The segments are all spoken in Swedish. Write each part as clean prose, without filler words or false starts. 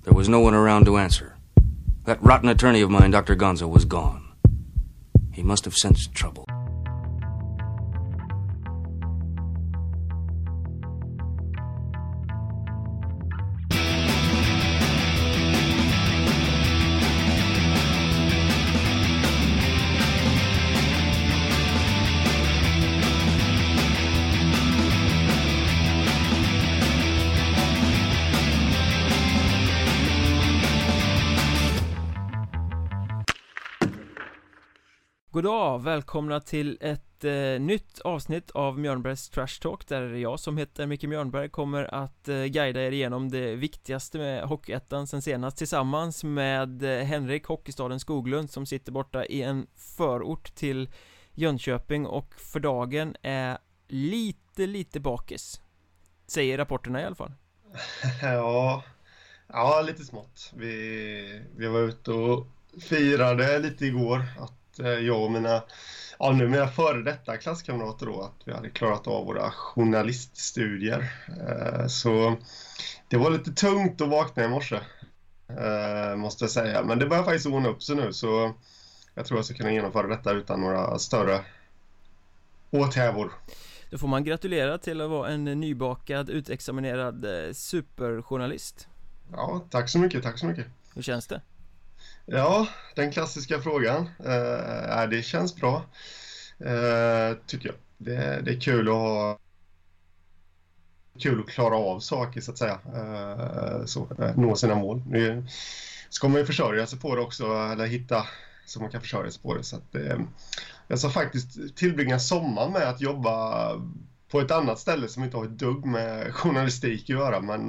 There was no one around to answer. That rotten attorney of mine, Dr. Gonzo, was gone. He must have sensed trouble. Goddag, välkomna till ett nytt avsnitt av Mjörnbergs Trash Talk. Där jag som heter Micke Mjörnberg kommer att guida er igenom det viktigaste med Hockeyettan sen senast, tillsammans med Henrik Hockeystaden Skoglund som sitter borta i en förort till Jönköping och för dagen är lite bakis, säger rapporterna i alla fall. Ja, lite smått. Vi var ute och firade lite igår att jag och mina före detta klasskamrater då, att vi hade klarat av våra journaliststudier. Så det var lite tungt att vakna i morse, måste jag säga. Men det börjar faktiskt ordna upp sig nu, så jag tror jag ska kunna genomföra detta utan några större åthävor. Då får man gratulera till att vara en nybakad, utexaminerad superjournalist. Ja, tack så mycket. Hur känns det? Ja, den klassiska frågan. Det känns bra, tycker jag. Det är kul att klara av saker, så att säga. Nå sina mål. Nu ska man ju försörja sig på det också, eller hitta så man kan försörja sig på det. Så att, jag ska faktiskt tillbringa sommar med att jobba på ett annat ställe som inte har ett dugg med journalistik att göra. Men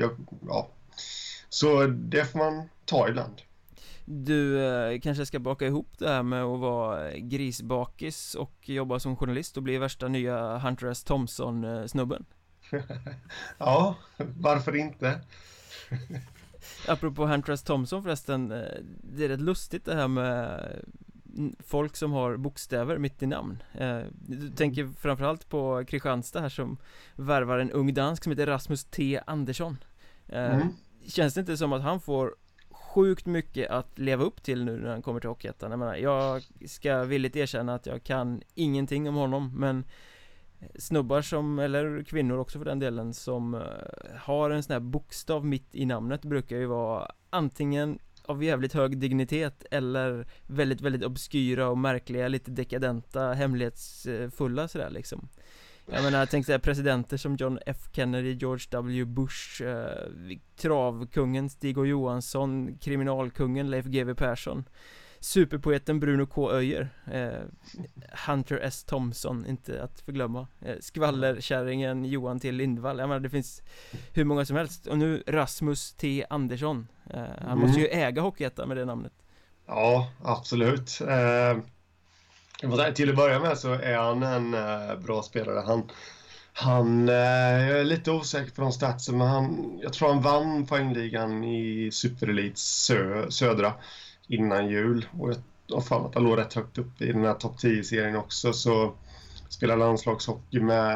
så det får man ta ibland. Du kanske ska baka ihop det här med att vara grisbakis och jobba som journalist och bli värsta nya Hunter S. Thompson-snubben. Ja, varför inte? Apropå Hunter S. Thompson förresten, det är rätt lustigt det här med folk som har bokstäver mitt i namn. Du tänker framförallt på Kristianstad här som värvar en ung dansk som heter Rasmus T. Andersson. Känns det inte som att han får sjukt mycket att leva upp till nu när han kommer till Hockeyettan? Jag ska villigt erkänna att jag kan ingenting om honom, men snubbar som, eller kvinnor också för den delen, som har en sån här bokstav mitt i namnet brukar ju vara antingen av jävligt hög dignitet eller väldigt, väldigt obskyra och märkliga, lite dekadenta, hemlighetsfulla sådär liksom. Jag tänkte säga presidenter som John F. Kennedy, George W. Bush, travkungen Stig-O Johansson, kriminalkungen Leif GW Persson, superpoeten Bruno K. Öijer, Hunter S. Thompson, inte att förglömma, skvallerkärringen Johan T. Lindvall. Det finns hur många som helst. Och nu Rasmus T. Andersson. Han måste ju äga Hockeyettan med det namnet. Ja, absolut. Till att börja med så är han en bra spelare. Han är lite osäker på de statsen, men jag tror han vann poängligan i Superelit södra innan jul. Och jag har fan att han låg rätt högt upp i den här topp 10-serien också. Så spelar landslagshockey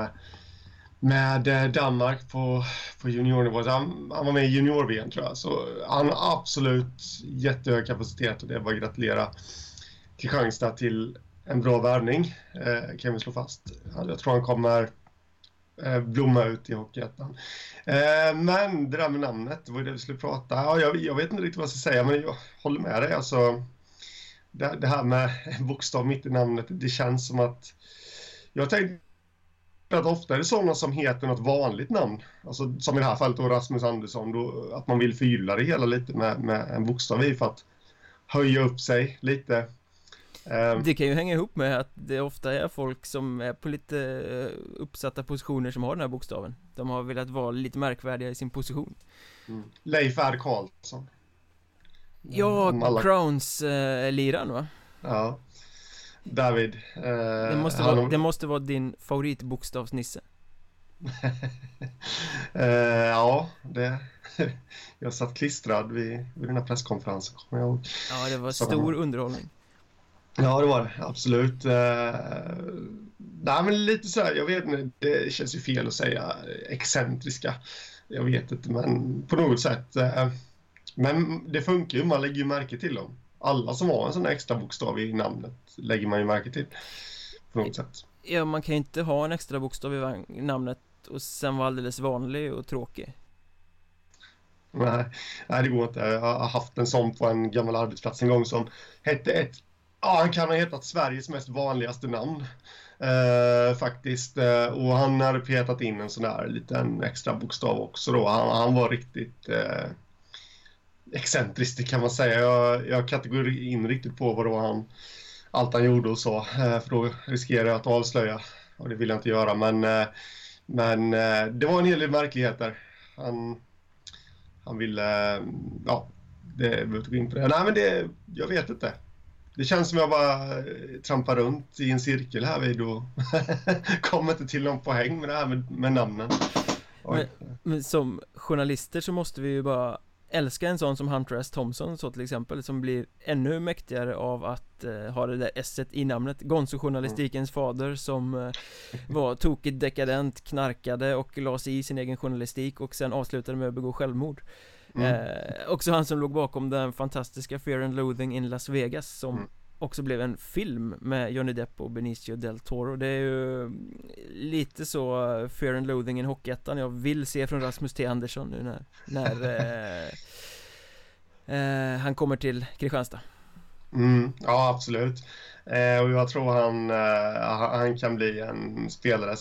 med Danmark på juniornivå. Han var med i junior-VM, tror jag. Så han har absolut jättehög kapacitet, och det är bara att gratulera Kristianstad till en bra värvning, kan vi slå fast. Jag tror han kommer blomma ut i Hockeyettan. Men det där med namnet, det var det vi skulle prata. Ja, jag vet inte riktigt vad jag ska säga, men jag håller med dig. Alltså, det här med bokstav mitt i namnet, det känns som att jag tänkte att ofta är det sådana som heter något vanligt namn. Alltså, som i det här fallet då Rasmus Andersson, då, att man vill förgylla det hela lite med en bokstav i för att höja upp sig lite. Det kan ju hänga ihop med att det ofta är folk som är på lite uppsatta positioner som har den här bokstaven. De har velat vara lite märkvärdiga i sin position. Leif R. Karlsson. Ja, Crowns-liran va? Ja, David. Det måste vara din favoritbokstavsnisse. Ja, det... Jag satt klistrad vid den här presskonferensen, kommer jag ihåg. Ja, det var stor underhållning. Ja, det var det, absolut. Nej, men lite så här, jag vet inte, det känns ju fel att säga excentriska. Jag vet inte, men på något sätt Men det funkar ju, man lägger ju märke till dem. Alla som har en sån extra bokstav i namnet lägger man ju märke till på något sätt. Ja, man kan ju inte ha en extra bokstav i namnet och sen vara alldeles vanlig och tråkig. Nej, det går inte. Jag har haft en sån på en gammal arbetsplats en gång som hette han kan ha hetat Sveriges mest vanligaste namn. Faktiskt. Och han hade petat in en sån där liten extra bokstav också då. Han var riktigt excentrisk kan man säga. Jag kan inte gå in riktigt på vad då allt han gjorde och så. För då riskerar jag att avslöja. Och det vill jag inte göra. Men det var en hel del märkligheter. Han ville... Ja, det behöver inte gå in på det. Nej, men jag vet inte. Det känns som jag bara trampar runt i en cirkel här vid och kommer inte till någon poäng med det här med namnen. Men som journalister så måste vi ju bara älska en sån som Hunter S. Thompson så till exempel, som blir ännu mäktigare av att ha det där S-et i namnet. Gonzo-journalistikens fader som var tokigt dekadent, knarkade och la sig i sin egen journalistik och sen avslutade med att begå självmord. Också han som låg bakom den fantastiska Fear and Loathing in Las Vegas som också blev en film med Johnny Depp och Benicio del Toro. Det är ju lite så Fear and Loathing in Hockeyettan jag vill se från Rasmus T. Andersson nu när han kommer till Kristianstad. Ja, absolut. Och jag tror han kan bli en spelare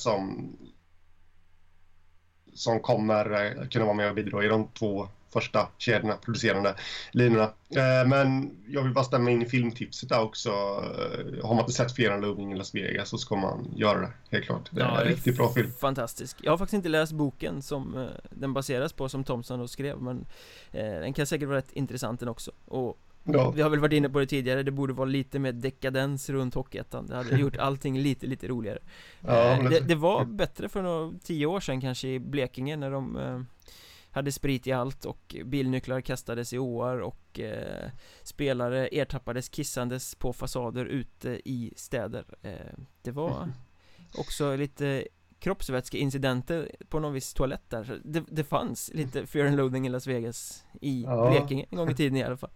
som kommer kunna vara med och bidra i de 2 första kedjorna, producerande linorna. Men jag vill bara stämma in i filmtipset där också. Har man inte sett Fear and Loathing i Las Vegas så ska man göra det, helt klart. Det är en riktigt bra film. Fantastisk. Jag har faktiskt inte läst boken som den baseras på, som Thompson då skrev, men den kan säkert vara rätt intressant den också. Och vi har väl varit inne på det tidigare, det borde vara lite mer dekadens runt Hockeyettan. Det hade gjort allting lite roligare. Det var bättre för 10 år sedan kanske i Blekinge när de hade sprit i allt och bilnycklar kastades i åar och spelare ertappades kissandes på fasader ute i städer. Det var också lite kroppsvätskeincidenter på någon viss toalett där. Det fanns lite Fear and Loathing i Las Vegas i Blekinge en gång i tiden i alla fall.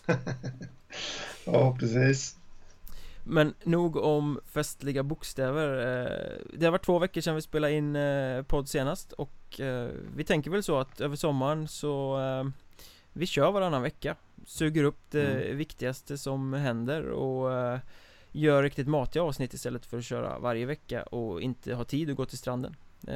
Ja, precis. Men nog om festliga bokstäver. Det har varit 2 veckor sedan vi spelade in podd senast och vi tänker väl så att över sommaren så vi kör varannan vecka, suger upp det viktigaste som händer och gör riktigt matiga avsnitt istället för att köra varje vecka och inte ha tid att gå till stranden.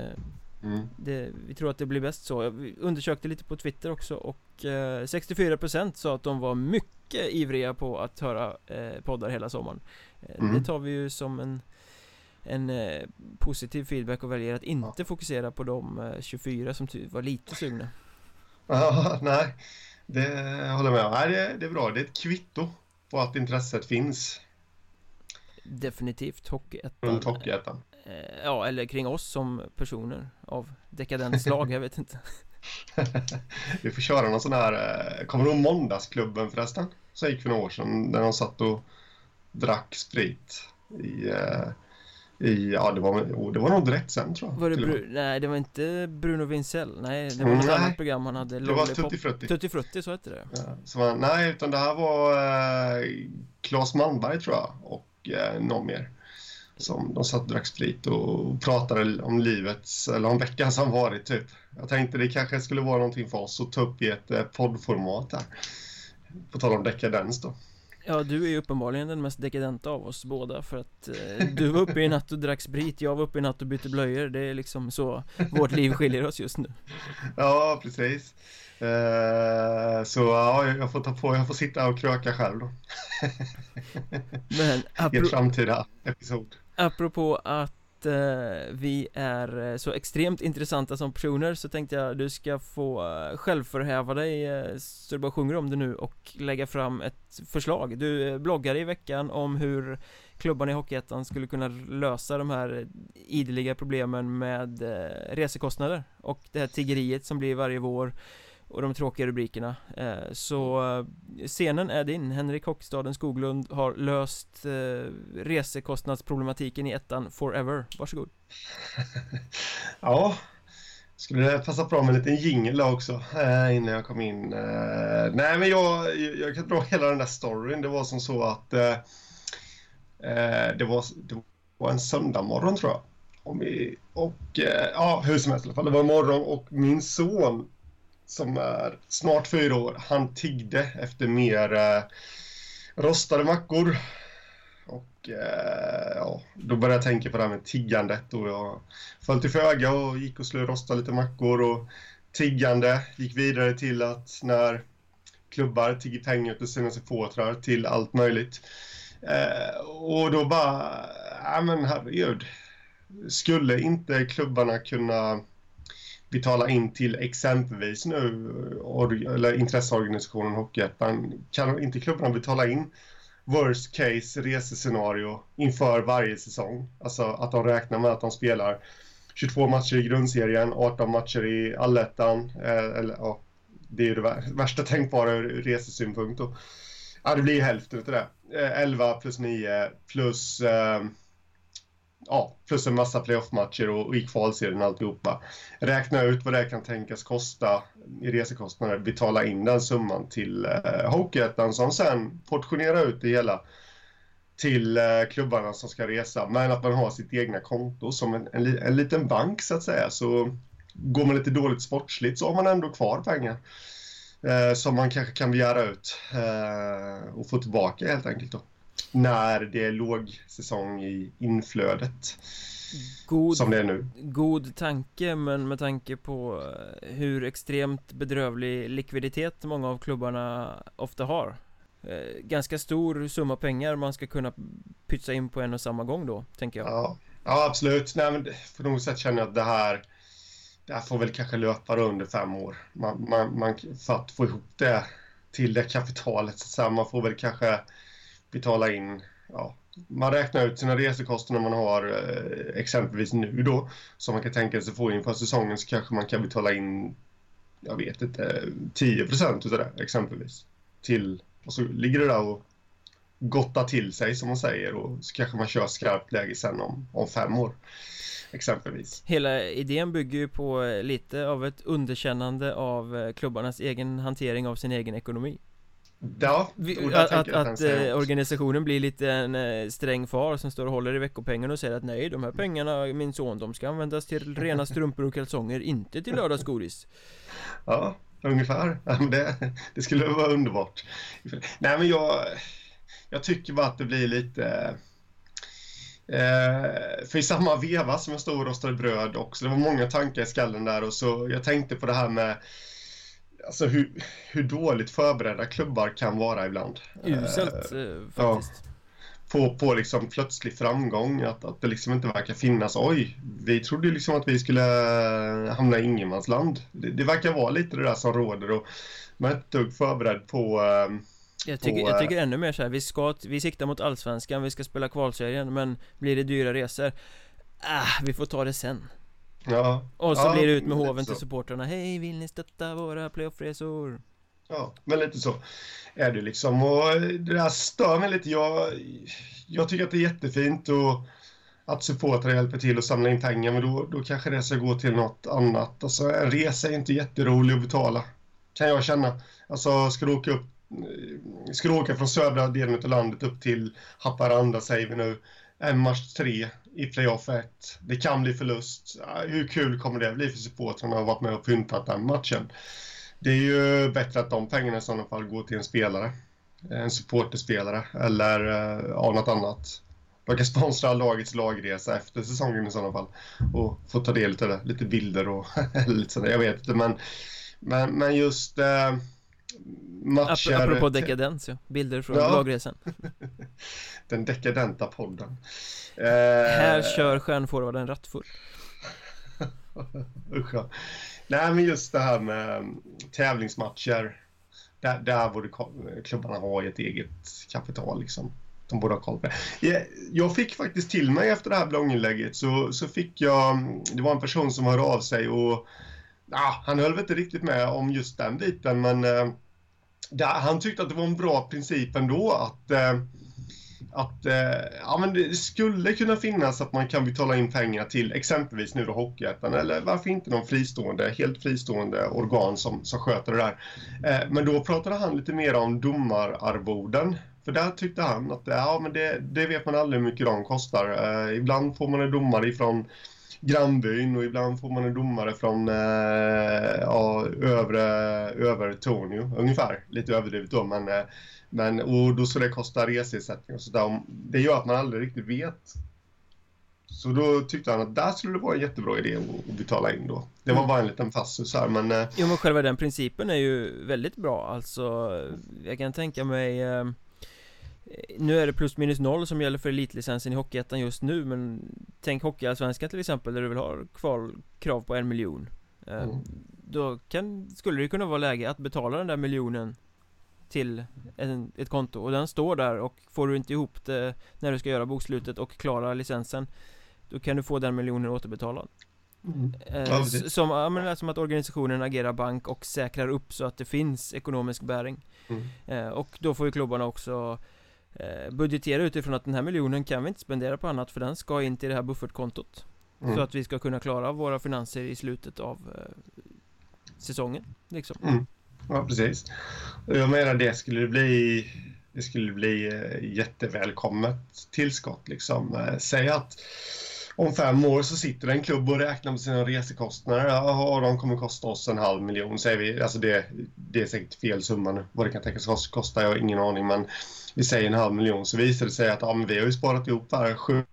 Vi tror att det blir bäst så. Vi undersökte lite på Twitter också och 64% sa att de var mycket ivriga på att höra poddar hela sommaren. Det tar vi ju som en positiv feedback och väljer att inte fokusera på de 24 som var lite sugna. Nej, det håller jag med om. Nej, det är bra. Det är ett kvitto på att intresset finns. Definitivt runt Hockeyettan. Ja, eller kring oss som personer av dekadent slag, jag vet inte. Vi får köra någon sån här. Kommer du ihåg Måndagsklubben förresten? Så gick för några år sedan när de satt och drack sprit ja, det var nog direkt sen tror jag. Var det nej, det var inte Bruno Vincell. Nej, det var något annat program han hade. Det var Tutti Frutti. Så hette det. Ja, så nej, utan det här var Claes Malmberg tror jag och någon mer. Som de satt och drack sprit och pratade om livets, eller om veckan som varit typ. Jag tänkte det kanske skulle vara någonting för oss att ta upp i ett poddformat där. På tal om dekadens då. Ja, du är ju uppenbarligen den mest dekadenta av oss båda. För att du var uppe i natt och drack sprit, jag var uppe i natt och bytte blöjor. Det är liksom så vårt liv skiljer oss just nu. Ja, precis. Så ja, jag får sitta och kröka själv då. Men i ett framtida episod. Apropå att vi är så extremt intressanta som personer, så tänkte jag du ska få självförhäva dig så du bara sjunger om det nu och lägga fram ett förslag. Du bloggade i veckan om hur klubbarna i Hockeyettan skulle kunna lösa de här ideliga problemen med resekostnader och det här tiggeriet som blir varje vår och de tråkiga rubrikerna. Så scenen är din. Henrik Hockeystaden Skoglund har löst resekostnadsproblematiken i ettan forever. Varsågod. Ja, Skulle det passa bra med en liten jingle också innan jag kom in. Nej, men jag kan dra hela den där storyn. Det var som så att det var en söndag morgon, tror jag. Hur som helst i alla fall. Det var en morgon och min son som är snart 4 år, han tiggde efter mer rostade mackor. Och då började jag tänka på det här med tiggandet, och jag föll till föga och gick och skulle rosta lite mackor, och tiggande gick vidare till att när klubbar tigger pengar till sina supportrar till allt möjligt. Och då bara, men herregud, skulle inte klubbarna kunna betala in till exempelvis nu eller intresseorganisationen Hockeyettan, kan inte klubbarna betala in worst case resescenario inför varje säsong? Alltså att de räknar med att de spelar 22 matcher i grundserien, 18 matcher i allettan, det är ju det värsta tänkbara ur resesynpunkt då. Ja, det blir hälften av det. 11 plus 9 plus plus en massa playoff-matcher och i kvalserien alltihopa. Räkna ut vad det kan tänkas kosta i resekostnader, betala in den summan till Hockeyettan som sen portionerar ut det hela till klubbarna som ska resa. Men att man har sitt egna konto som en liten bank så att säga, så går man lite dåligt sportsligt så har man ändå kvar pengar som man kanske kan begära ut och få tillbaka helt enkelt då, när det är låg säsong i inflödet som det är nu. God tanke, men med tanke på hur extremt bedrövlig likviditet många av klubbarna ofta har, ganska stor summa pengar man ska kunna pytsa in på en och samma gång då, tänker jag. Ja absolut. Nej, men på något sätt känner jag att det här får väl kanske löpa under 5 år. Man för att få ihop det till det kapitalet så man får väl kanske betala in, man räknar ut sina resekostnader man har exempelvis nu då, som man kan tänka sig få in för säsongen, så kanske man kan betala in, jag vet inte, 10% utav det exempelvis till, och så ligger det där och gotta till sig som man säger, och så kanske man kör skarpt läge sen om 5 år exempelvis. Hela idén bygger ju på lite av ett underkännande av klubbarnas egen hantering av sin egen ekonomi. Ja, att organisationen blir lite en sträng far som står och håller i veckopengarna och säger att nej, de här pengarna, min son, de ska användas till rena strumpor och kalsonger, inte till lördagsgodis. Ja, ungefär. Det skulle vara underbart. Nej, men jag tycker bara att det blir lite för i samma veva som jag stod och rostade bröd också, det var många tankar i skallen där, och så jag tänkte på det här med alltså hur dåligt förberedda klubbar kan vara ibland. Uselt faktiskt. På liksom plötslig framgång, att det liksom inte verkar finnas, vi trodde liksom att vi skulle hamna i ingenmansland. Det verkar vara lite det där som råder, och man är inte förberedd på jag tycker ännu mer så här, vi siktar mot allsvenskan, vi ska spela kvalserien, men blir det dyra resor, vi får ta det sen. Ja. Och så blir det ut med hoven till supporterna. Hej, vill ni stötta våra playoffresor? Ja, men lite så är det liksom. Och det där stör mig lite. Jag tycker att det är jättefint och att supportrar hjälper till att samla in pengar, men då kanske det ska gå till något annat. Alltså en resa är inte jätterolig att betala, kan jag känna. Alltså ska du åka från södra delen av landet upp till Haparanda, säger vi nu, en match 3 i playoff 1. Det kan bli förlust. Hur kul kommer det bli för supportrarna att ha varit med och pyntat den matchen? Det är ju bättre att de pengarna i sådana fall går till en spelare. En supporterspelare eller något annat. De kan sponsra lagets lagresa efter säsongen i sådana fall. Och få ta del av det. Lite bilder och lite sådär. Jag vet inte, men just matcher... Apropå dekadens, bilder från lagresan. Den dekadenta podden. Här kör stjärnforwarden rattfull. Usch. Nej, men just det här med tävlingsmatcher, där borde klubbarna ha ett eget kapital liksom. De borde ha koll på det. Jag fick faktiskt till mig efter det här blogginlägget, så fick jag, det var en person som hörde av sig och han höll väl inte riktigt med om just den biten, men han tyckte att det var en bra princip ändå att att ja, men det skulle kunna finnas att man kan betala in pengar till exempelvis nu då Hockeyettan, eller varför inte någon helt fristående organ som sköter det där. Men då pratade han lite mer om domararvoden. För där tyckte han att ja, men det vet man aldrig hur mycket de kostar. Ibland får man en domare ifrån grannbyn och ibland får man en domare från över Tornio, ungefär. Lite överdrivet då, men och då ska det kosta reseersättning och sådär. Det gör att man aldrig riktigt vet. Så då tyckte han att där skulle det vara en jättebra idé att betala in då. Det var bara en liten passus här, men... Jo, men själva den principen är ju väldigt bra. Alltså, jag kan tänka mig... Nu är det plus minus noll som gäller för elitlicensen i Hockeyettan just nu. Men tänk Hockeyallsvenskan till exempel, där du vill ha krav på 1 miljon. Då skulle det kunna vara läge att betala den där miljonen till ett konto. Och den står där, och får du inte ihop det när du ska göra bokslutet och klara licensen, då kan du få den miljonen återbetalad. Som att organisationen agerar bank och säkrar upp så att det finns ekonomisk bäring. Och då får ju klubbarna också budgetera utifrån att den här miljonen kan vi inte spendera på annat, för den ska in till det här buffertkontot. Så att vi ska kunna klara våra finanser i slutet av säsongen liksom. Ja, precis. Jag menar, det skulle bli jättevälkommet tillskott liksom. Säg att om 5 år så sitter en klubb och räknar med sina resekostnader. Och de kommer kosta oss 500 000, säger vi. Alltså det är säkert fel summa nu. Vad det kan tänkas kosta, jag har ingen aning. Men vi säger 500 000, så visar det sig att men vi har ju sparat ihop här 7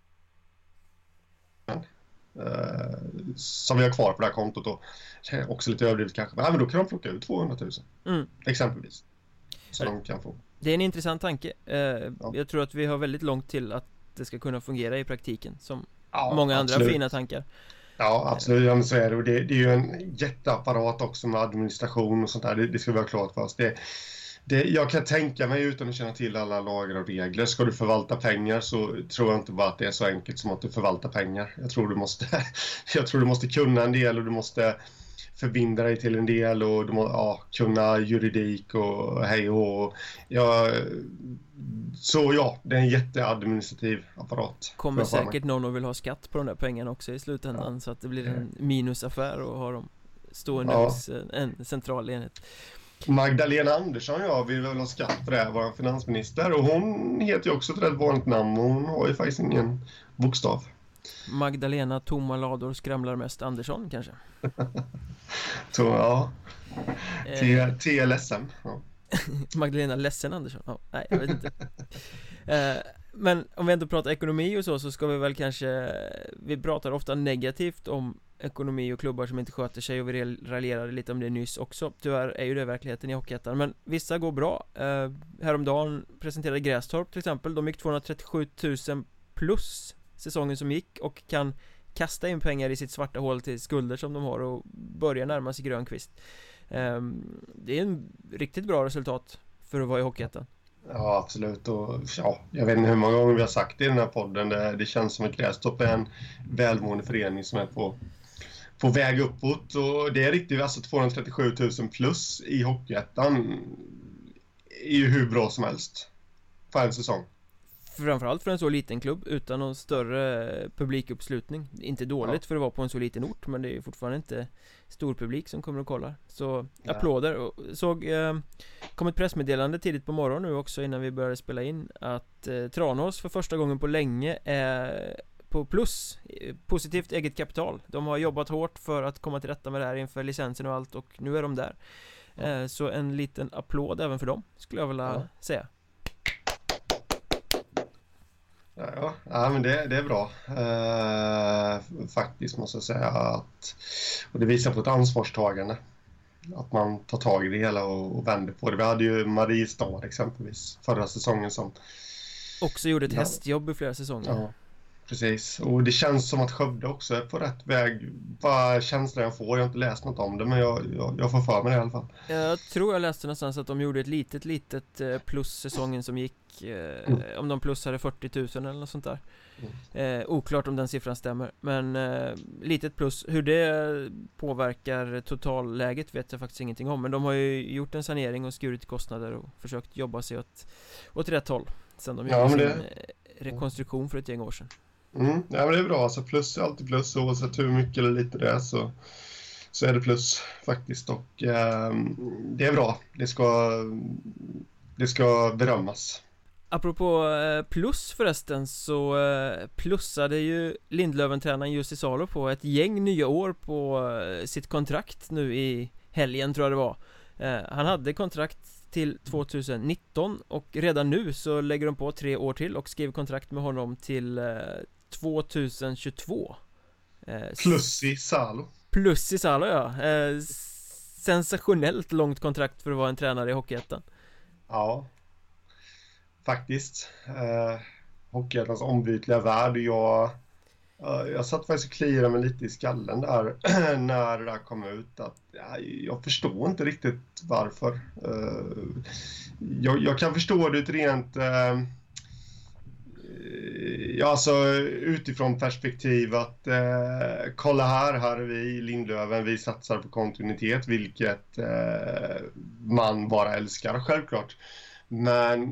som vi har kvar på det här kontot. Och också lite överdrivet kanske. Men då kan de plocka ut 200 000 exempelvis. Så de kan få. Det är en intressant tanke. Jag tror att vi har väldigt långt till att det ska kunna fungera i praktiken, som många andra fina tankar. Ja, absolut. Ja, men så är det. Och det är ju en jätteapparat också med administration och sånt där. Det ska vi ha klart för oss. Jag kan tänka mig, utan att känna till alla lagar och regler, ska du förvalta pengar så tror jag inte bara att det är så enkelt som att du förvaltar pengar. Jag tror du måste kunna en del, och du måste förbinda dig till en del, och du måste kunna juridik och hej och hå. Så det är en jätteadministrativ apparat. Kommer säkert någon och vill ha skatt på de där pengarna också i slutändan, så att det blir en minusaffär och ha dem stående hos en central enhet. Magdalena Andersson vill väl ha skatt på det, vår finansminister, och hon heter ju också ett rätt vanligt namn, och hon har ju faktiskt ingen bokstav. Magdalena tomma lador skramlar mest Andersson kanske. TLSM. Magdalena ledsen Andersson. Nej, jag vet inte. Men om vi ändå pratar ekonomi och så ska vi väl kanske, vi pratar ofta negativt om ekonomi och klubbar som inte sköter sig, och vi raljerade lite om det nyss också. Tyvärr är ju det verkligheten i Hockeyettan, men vissa går bra. Häromdagen presenterade Grästorp till exempel. De gick 237 000 plus säsongen som gick, och kan kasta in pengar i sitt svarta hål till skulder som de har, och börja närma sig grön kvist. Det är en riktigt bra resultat för att vara i Hockeyettan. Ja, absolut. Och jag vet inte hur många gånger vi har sagt det i den här podden. Det känns som att Grästorp är en välmående förening som är på väg uppåt. Och det är riktigt, alltså 237 000 plus i Hockeyettan är ju hur bra som helst för en säsong. Framförallt för en så liten klubb utan någon större publikuppslutning. Inte dåligt för att vara på en så liten ort, men det är ju fortfarande inte stor publik som kommer och kollar. Så applåder. Och kom ett pressmeddelande tidigt på morgonen nu också, innan vi började spela in, att Tranås för första gången på länge är på plus, positivt eget kapital. De har jobbat hårt för att komma till rätta med det här inför licensen och allt, och nu är de där. Så en liten applåd även för dem, skulle jag vilja säga. Ja, men det är bra. Faktiskt måste jag säga och det visar på ett ansvarstagande. Att man tar tag i det hela och vänder på det. Vi hade ju Mariestad exempelvis förra säsongen som också gjorde ett hästjobb i flera säsonger. Ja, precis. Och det känns som att Skövde också är på rätt väg. Bara känslan jag får. Jag har inte läst något om det, men jag får för mig det i alla fall. Jag tror jag läste någonstans att de gjorde ett litet plus säsongen som gick. Om de plussade 40 000 eller något sånt där. Oklart om den siffran stämmer. Men litet plus. Hur det påverkar totalläget vet jag faktiskt ingenting om. Men de har ju gjort en sanering och skurit kostnader och försökt jobba sig åt rätt håll. Sen de gjorde sin rekonstruktion för ett gäng år sedan. Ja, men det är bra. Alltså plus är alltid plus. Oavsett hur mycket eller lite det är så är det plus faktiskt. Och det är bra. Det ska berömmas. Apropå plus förresten så plussade ju Lindlöven-tränaren Jussi Salo på ett gäng nya år på sitt kontrakt nu i helgen tror jag det var. Han hade kontrakt till 2019 och redan nu så lägger de på 3 år till och skriver kontrakt med honom till 2022. Plus i Salo. Plus i Salo, ja. Sensationellt långt kontrakt för att vara en tränare i Hockeyettan. Ja, faktiskt. Hockeyettans ombytliga värld. Jag satt faktiskt och kliade mig lite i skallen där när det där kom ut. Att, jag förstår inte riktigt varför. Jag kan förstå det rent... alltså utifrån perspektiv att kolla här är vi i Lindlöven, vi satsar på kontinuitet, vilket man bara älskar självklart. Men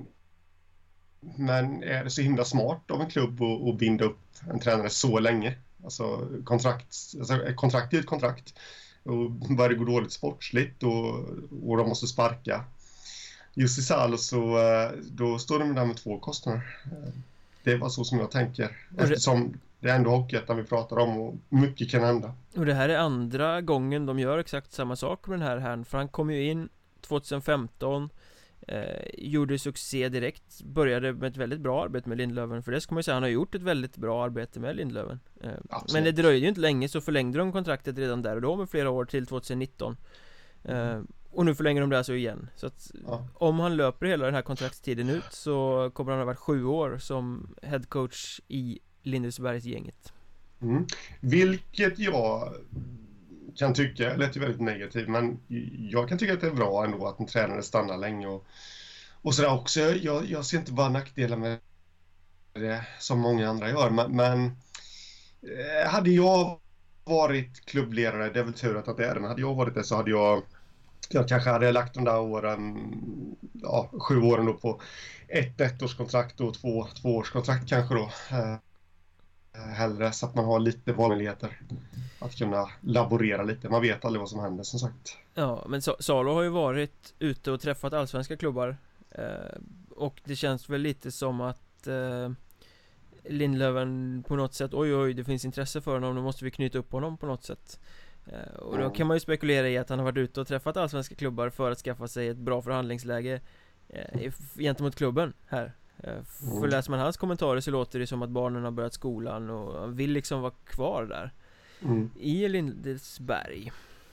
är det så himla smart av en klubb att binda upp en tränare så länge? Alltså kontrakt är ett kontrakt. Och bara det går dåligt sportsligt och de måste sparka Jussi Salo, så då står de där med 2 kostnader. Det var så som jag tänker. Eftersom det är ändå Hockeyettan vi pratar om och mycket kan hända. Och det här är andra gången de gör exakt samma sak med den här herrn. För han kom ju in 2015, gjorde succé direkt, började med ett väldigt bra arbete med Lindlöven. För det ska man ju säga, han har gjort ett väldigt bra arbete med Lindlöven. Men det dröjde ju inte länge, så förlängde de kontraktet redan där och då med flera år till 2019. Och nu förlänger de det alltså igen. Så att om han löper hela den här kontraktstiden ut så kommer han ha varit 7 år som headcoach i Lindesbergsgänget. Vilket jag kan tycka lät ju väldigt negativt, men jag kan tycka att det är bra ändå att en tränare stannar länge och sådär också. Jag ser inte bara nackdelar med det som många andra gör, men hade jag varit klubbledare, det är väl tur att det är det, men hade jag varit det så hade jag kanske hade lagt de där åren, 7 åren då på ett ettårskontrakt och 2 tvåårskontrakt kanske då. Hellre, så att man har lite valmöjligheter att kunna laborera lite. Man vet aldrig vad som händer, som sagt. Ja, men Salo har ju varit ute och träffat allsvenska klubbar. Och det känns väl lite som att Lindlöven på något sätt, oj, det finns intresse för honom, då måste vi knyta upp honom på något sätt. Och då kan man ju spekulera i att han har varit ute och träffat allsvenska klubbar för att skaffa sig ett bra förhandlingsläge gentemot klubben här. För läser man hans kommentarer så låter det som att barnen har börjat skolan och han vill liksom vara kvar där i Lindesberg.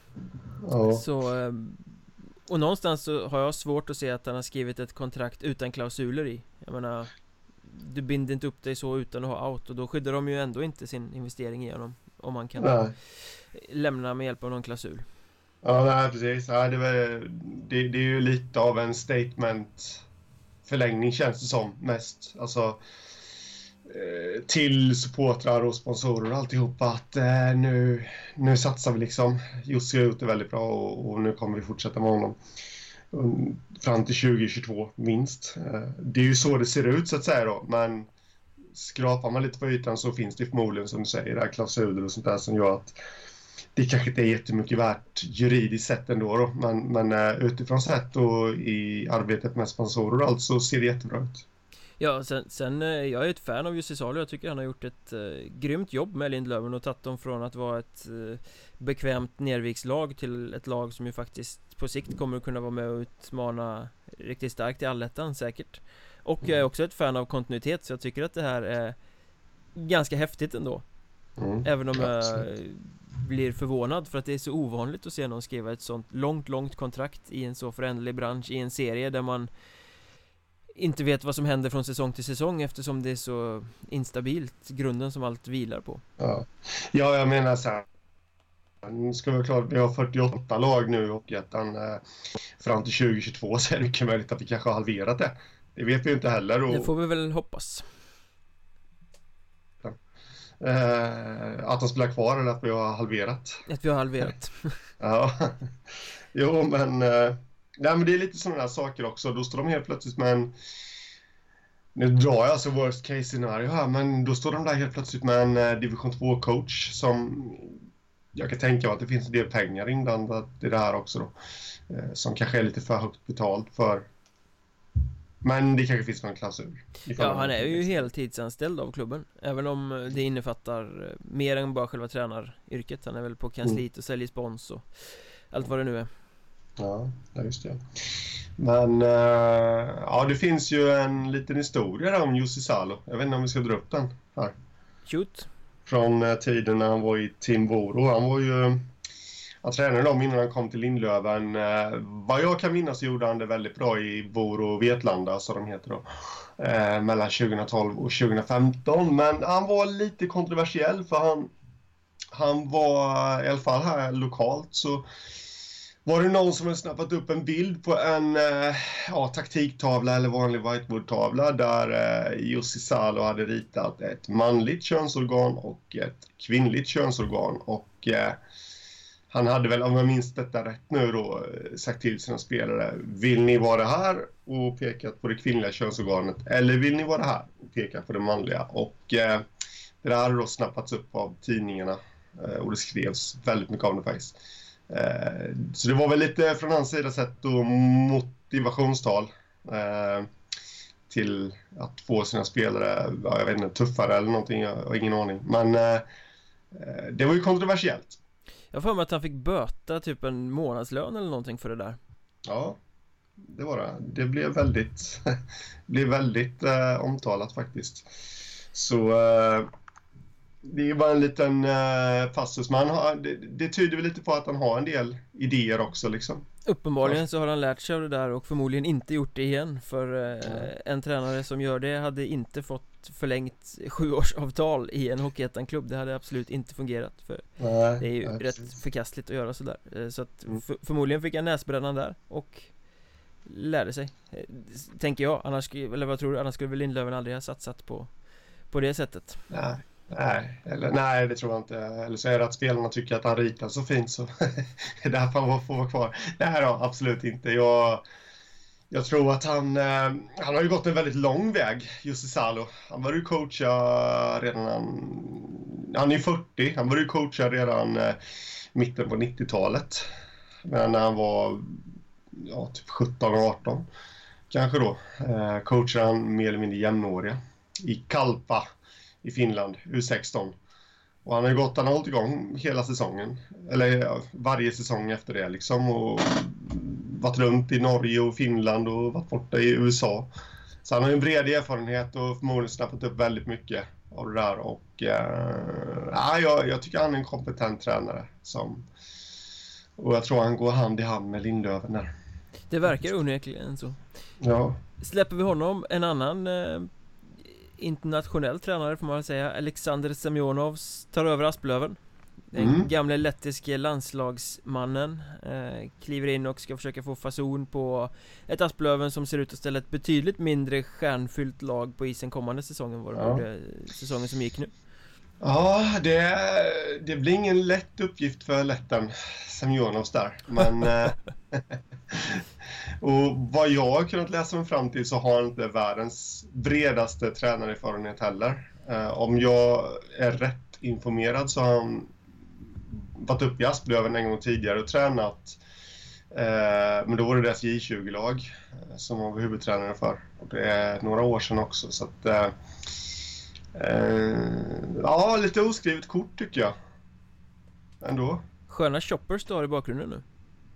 Så, och någonstans så har jag svårt att se att han har skrivit ett kontrakt utan klausuler i. Jag menar, du binder inte upp dig så utan att ha out, och då skyddar de ju ändå inte sin investering i honom om man kan lämna med hjälp av någon klausul. Ja, nej, precis. Ja, det är ju lite av en statement förlängning, känns det som mest. Alltså till supportrar och sponsorer och alltihopa, att nu satsar vi liksom. Jussi har gjort det väldigt bra och nu kommer vi fortsätta med honom fram till 2022 minst. Det är ju så det ser ut så att säga då, men skrapar man lite på ytan så finns det förmodligen, som du säger, där klausuler och sånt där som gör att det kanske inte är jättemycket värt juridiskt sett ändå då. Men utifrån sett och i arbetet med sponsorer och allt så ser det jättebra ut. Ja, sen jag är ett fan av Jussi Salo. Jag tycker han har gjort ett grymt jobb med Lindlöven och tagit dem från att vara ett bekvämt nervikslag till ett lag som ju faktiskt på sikt kommer att kunna vara med och utmana riktigt starkt i allettan säkert. Och jag är också ett fan av kontinuitet, så jag tycker att det här är ganska häftigt ändå. Även om jag blir förvånad för att det är så ovanligt att se någon skriva ett sånt långt kontrakt i en så föränderlig bransch, i en serie där man inte vet vad som händer från säsong till säsong eftersom det är så instabilt, grunden som allt vilar på. Ja, jag menar så här. Nu ska vi vara klart, vi har 48 lag nu och fram till 2022 så är det mycket möjligt att vi kanske har halverat det. Det vet vi ju inte heller. Och, det får vi väl hoppas. Att de spelar kvar eller att vi har halverat. Att vi har halverat. Ja, jo men, nej, men det är lite sådana där saker också. Då står de helt plötsligt med en, nu drar jag alltså worst case scenario här, men då står de där helt plötsligt med en division 2 coach som jag kan tänka mig att det finns en del pengar inblandat i det här också då, som kanske är lite för högt betalt för, men det kanske finns någon klausul. Ja, han är ju heltidsanställd av klubben, även om det innefattar mer än bara själva tränaryrket. Han är väl på kansliet och säljer spons och allt vad det nu är. Ja, just det. Men ja, det finns ju en liten historia där om Jussi Salo. Jag vet inte om vi ska dra upp den här. Shoot. Från tiden när han var i Team Voro. Han tränade dem innan han kom till Lindlöven. Vad jag kan minnas så gjorde han det väldigt bra i Voro Vetlanda, så de heter då. Mellan 2012 och 2015. Men han var lite kontroversiell för han var i alla fall här lokalt så var det någon som hade snappat upp en bild på en taktiktavla eller vanlig whiteboardtavla där Jussi Salo hade ritat ett manligt könsorgan och ett kvinnligt könsorgan och han hade väl, om jag minns detta rätt nu då, sagt till sina spelare: vill ni vara här och pekat på det kvinnliga könsorganet eller vill ni vara här och peka på det manliga? Och det där hade då snappats upp av tidningarna och det skrevs väldigt mycket om det faktiskt. Så det var väl lite från hans sida sett då motivationstal till att få sina spelare, jag vet inte, tuffare eller någonting, jag har ingen aning. Men det var ju kontroversiellt. Jag får med att han fick böta typ en månadslön eller någonting för det där. Ja, det var det. Det blev väldigt omtalat faktiskt. Så det var en liten passus. Det tyder väl lite på att han har en del idéer också liksom. Uppenbarligen så har han lärt sig av det där och förmodligen inte gjort det igen. För en tränare som gör det hade inte fått förlängt 7-årsavtal i en Hockeyettan-klubb. Det hade absolut inte fungerat. För det är ju rätt förkastligt att göra sådär. Så att förmodligen fick han näsbrännan där och lärde sig. Tänker jag. Annars, eller vad tror du? Annars skulle väl Lindlöven aldrig ha satsat på det sättet. Nej, det tror jag inte. Eller så är det att spelarna tycker att han ritar så fint så är därför han får vara kvar. Nej då, absolut inte. Jag tror att han har ju gått en väldigt lång väg, Jussi Salo. Han var ju coacha redan han är 40. Han var ju coacha redan mitten på 90-talet. Men när han var typ 17 och 18 kanske då coachade han mer eller mindre jämnåriga i Kalpa i Finland, U16. Och han har hållit igång hela säsongen. Eller varje säsong efter det liksom. Och varit runt i Norge och Finland och varit borta i USA. Så han har en bred erfarenhet och förmodligen snappat upp väldigt mycket av det där. Och jag tycker han är en kompetent tränare. Och jag tror han går hand i hand med Lindlöven där. Det verkar onekligen så. Ja. Släpper vi honom, en annan internationell tränare får man väl säga, Alexander Semyonovs tar över Asplöven. Den gamla lettiske landslagsmannen kliver in och ska försöka få fason på ett Asplöven som ser ut att ställa ett betydligt mindre stjärnfyllt lag på isen kommande säsongen var det borde, säsongen som gick nu. Ja, det blir ingen lätt uppgift för letten Semyonovs där, men och vad jag har kunnat läsa mig fram till så har han inte världens bredaste tränarerfarenhet heller. Om jag är rätt informerad så har han varit uppe i Asplöven en gång tidigare och tränat, men då var det deras J20-lag som han var huvudtränare för. Och det är några år sedan också, så att lite oskrivet kort tycker jag ändå. Sköna choppers står i bakgrunden nu.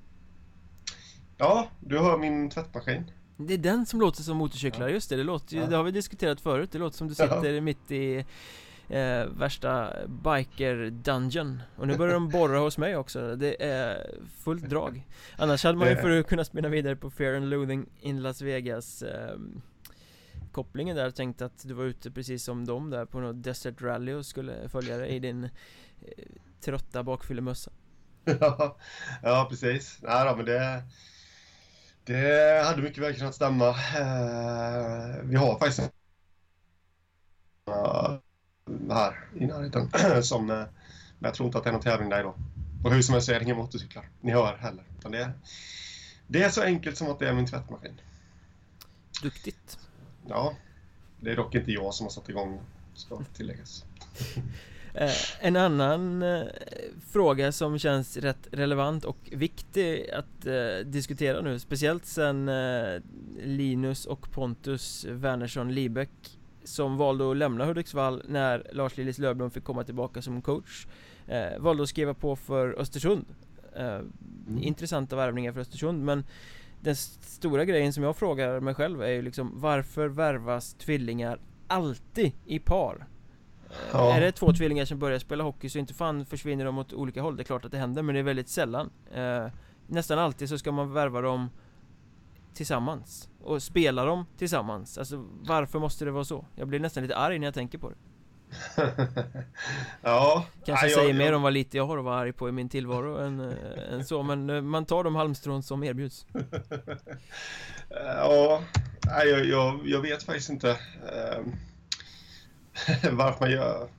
Ja, du hör min tvättmaskin. Det är den som låter som motorcyklar, just det. Det låter ju, det har vi diskuterat förut. Det låter som du sitter mitt i värsta biker dungeon. Och nu börjar de borra hos mig också. Det är fullt drag. Annars hade man ju för att kunna spinna vidare på Fear and Loathing in Las Vegas kopplingen där. Tänkte att du var ute precis som dem där på något Desert Rally och skulle följa dig i din trötta bakfyllemössa. Ja, precis. Nej då, men det hade mycket väl kunnat stämma. Vi har faktiskt här i närheten som, men jag tror inte att det är någon tävling där idag. Och hur som helst är det inga motorcyklar ni hör heller. Utan det är så enkelt som att det är min tvättmaskin. Duktigt. Ja, det är dock inte jag som har satt igång, ska tilläggas. En annan fråga som känns rätt relevant och viktig att diskutera nu, speciellt sen Linus och Pontus Wernersson Liebeck som valde att lämna Hudiksvall när Lars Lillis Löfblom fick komma tillbaka som coach, valde att skriva på för Östersund. Intressanta värvningar för Östersund, men den stora grejen som jag frågar mig själv är ju liksom, varför värvas tvillingar alltid i par? Ja. Är det två tvillingar som börjar spela hockey så inte fan försvinner de åt olika håll. Det är klart att det händer, men det är väldigt sällan. Nästan alltid så ska man värva dem tillsammans och spela dem tillsammans. Alltså varför måste det vara så? Jag blir nästan lite arg när jag tänker på det. Ja. Kanske säger mer om vad lite jag har att vara arg på i min tillvaro än så, men man tar de halmstrån som erbjuds. Ja, jag vet faktiskt inte varför man gör.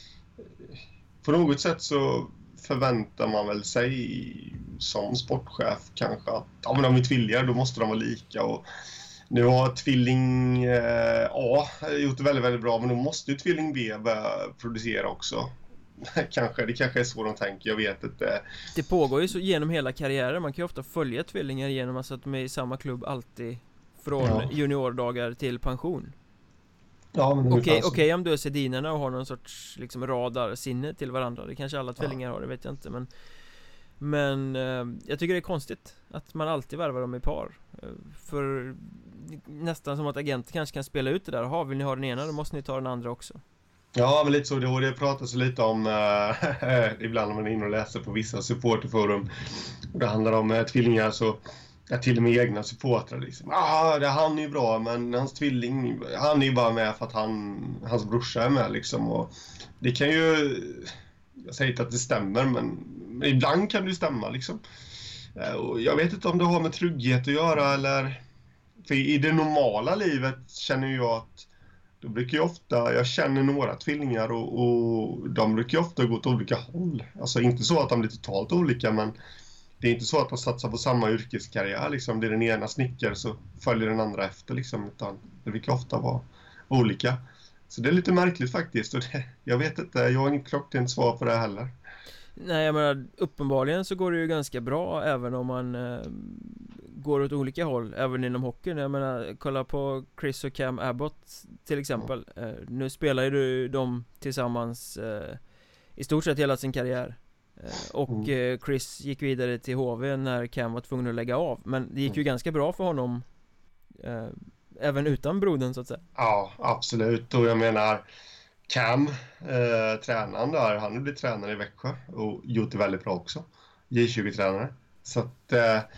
På något sätt så förväntar man väl sig som sportchef kanske att men de är tvillingar, då måste de vara lika, och nu har tvilling A gjort det väldigt, väldigt bra, men då måste ju tvilling B börja producera också. Det kanske är så de tänker, jag vet inte. Det pågår ju så genom hela karriären. Man kan ju ofta följa tvillingar genom att de är i samma klubb alltid från juniordagar till pension. Ja, men okej, om du är Sedinerna och har någon sorts liksom radarsinne till varandra. Det kanske alla tvillingar har, det vet jag inte, men jag tycker det är konstigt att man alltid värvar dem i par. För nästan som att agenter kanske kan spela ut det där. Vill ni ha den ena, då måste ni ta den andra också. Ja, men lite så. Det pratas lite om ibland när man är inne och läser på vissa supporterforum. Och det handlar om tvillingar, så till och med egna supportrar liksom. Han är ju bra, men hans tvilling, han är ju bara med för att hans brorsa är med liksom. Och det kan ju, jag säger inte att det stämmer, men ibland kan det stämma liksom. Och jag vet inte om det har med trygghet att göra, eller för i det normala livet känner jag att då brukar jag känner några tvillingar och de brukar ofta gå åt olika håll. Alltså inte så att de blir totalt olika, men det är inte så att de satsar på samma yrkeskarriär liksom. Det är den ena snickare så följer den andra efter liksom, utan det brukar ofta vara olika. Så det är lite märkligt faktiskt, och jag vet inte, jag har inget klockrent svar på det heller. Nej, jag menar, uppenbarligen så går det ju ganska bra även om man går åt olika håll, även inom hockeyn. Jag menar, kolla på Chris och Cam Abbott till exempel. Nu spelar ju de tillsammans i stort sett hela sin karriär. Och Chris gick vidare till HV när Cam var tvungen att lägga av. Men det gick ju ganska bra för honom även utan brodern så att säga. Ja, absolut. Och jag menar, Cam, tränaren där, han har blivit tränare i Växjö och gjort det väldigt bra också. J20-tränare. Så att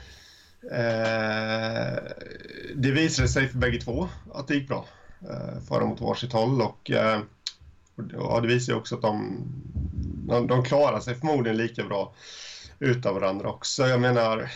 det visade sig för bägge två att det gick bra för dem åt varsitt håll, och det visar ju också att de klarar sig förmodligen lika bra utav varandra också. Jag menar,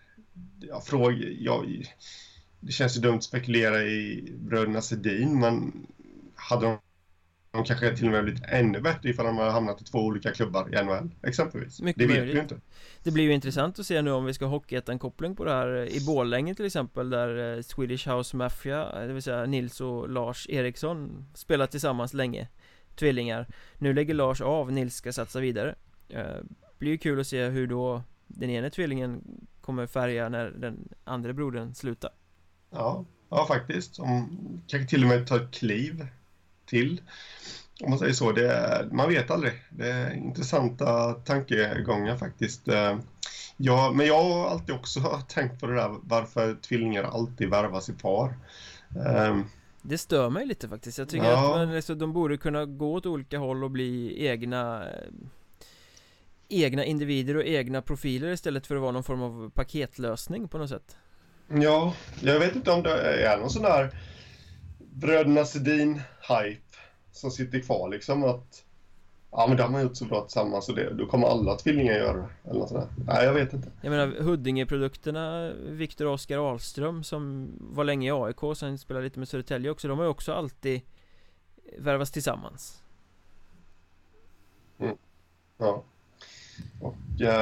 det känns ju dumt att spekulera i bröderna Sedin, men hade de kanske till och med blivit ännu bättre ifall de hade hamnat i två olika klubbar i NHL exempelvis. Mycket det vet möjligt. vi ju inte. Det blir ju intressant att se nu om vi ska Hockeyettan-koppling på det här i Borlänge till exempel, där Swedish House Mafia, det vill säga Nils och Lars Eriksson, spelat tillsammans länge, tvillingar. Nu lägger Lars av, Nils ska satsa vidare. Blir ju kul att se hur då den ena tvillingen kommer färga när den andra brodern slutar. Ja faktiskt. Som kanske till och med tar ett kliv till, om man säger så. Man vet aldrig. Det är intressanta tankegångar faktiskt. Men jag har alltid också tänkt på det där, varför tvillingar alltid värvas i par. Det stör mig lite faktiskt. Jag tycker att de borde kunna gå åt olika håll och bli egna individer och egna profiler istället för att vara någon form av paketlösning på något sätt. Ja, jag vet inte om det är någon sån där bröderna Sedin hype som sitter kvar liksom, att ja, men de har gjort så bra tillsammans, så då kommer alla tvillingar göra det eller något sådär. Nej, jag vet inte. Jag menar Huddinge-produkterna, Viktor och Oskar Ahlström som var länge i AIK, sen spelade lite med Södertälje också, de har ju också alltid värvats tillsammans. Ja. Och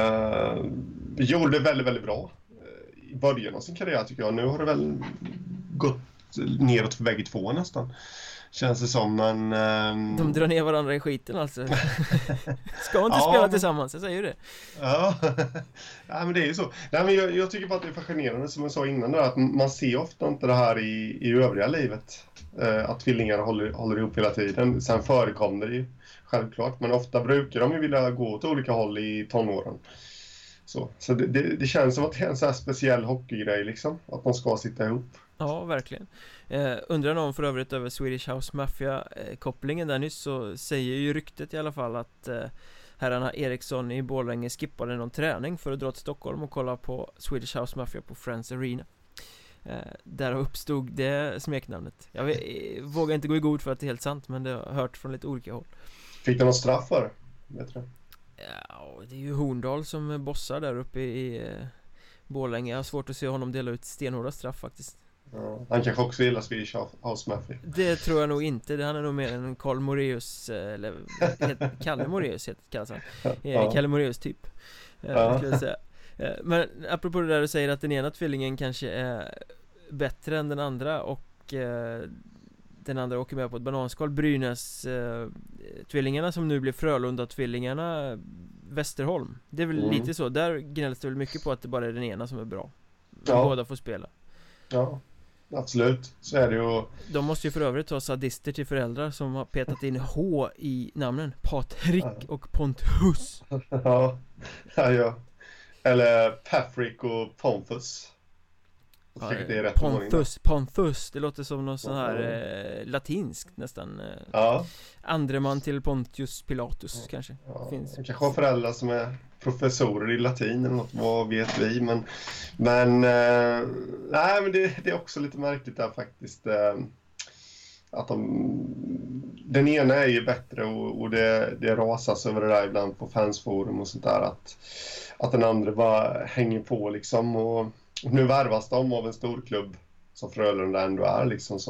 gjorde det väldigt, väldigt bra i början av sin karriär, tycker jag. Nu har det väl gått neråt för bägge två nästan, känns det som, men de drar ner varandra i skiten alltså. Ska inte spela tillsammans, jag säger ju det. Ja, ja, men det är ju så. Nej, men jag tycker bara att det är fascinerande, som jag sa innan där, att man ser ofta inte det här i övriga livet, att tvillingar håller ihop hela tiden. Sen förekommer det ju självklart, men ofta brukar de ju vilja gå åt olika håll i tonåren. Så det känns som att det är en så här speciell hockeygrej liksom, att man ska sitta ihop. Ja, verkligen. Undrar någon för övrigt över Swedish House Mafia-kopplingen där nyss, så säger ju ryktet i alla fall att herrarna Eriksson i Borlänge skippade någon träning för att dra till Stockholm och kolla på Swedish House Mafia på Friends Arena. Där uppstod det smeknamnet. Jag vågar inte gå i god för att det är helt sant, men det har jag hört från lite olika håll. Fick de någon straff för det? Vet du? Ja, det är ju Horndal som bossar där uppe i Borlänge. Jag har svårt att se honom dela ut stenhårda straff faktiskt. Ja, han kanske också gillar Swedish House Mafia. Det tror jag nog inte. Han är nog mer en Carl Moraeus, eller Kalle Moraeus kallas han. Ja. Kalle Moraeus typ, skulle jag säga. Men apropå det där du säger att den ena tvillingen kanske är bättre än den andra och den andra åker med på ett bananskal. Brynäs tvillingarna som nu blir Frölunda-tvillingarna Västerholm. Det är väl lite så. Där gnälls det väl mycket på att det bara är den ena som är bra. Båda får spela. Ja, absolut. Så är det ju. De måste ju för övrigt ha sadister till föräldrar som har petat in H i namnen. Patrik och Pontus. Ja. Eller Patrick och Pontus. Det är rätt Pontus, det låter som någon sån här latinskt nästan. Andre man till Pontius Pilatus kanske. Finns. Kanske har föräldrar som är professorer i latin eller något, vad vet vi, men nej, men det är också lite märkligt där faktiskt, att den ena är ju bättre och det rasas över det där ibland på fansforum och sånt där, att den andra bara hänger på liksom, och nu värvas de av en stor klubb som Frölunda ändå är liksom,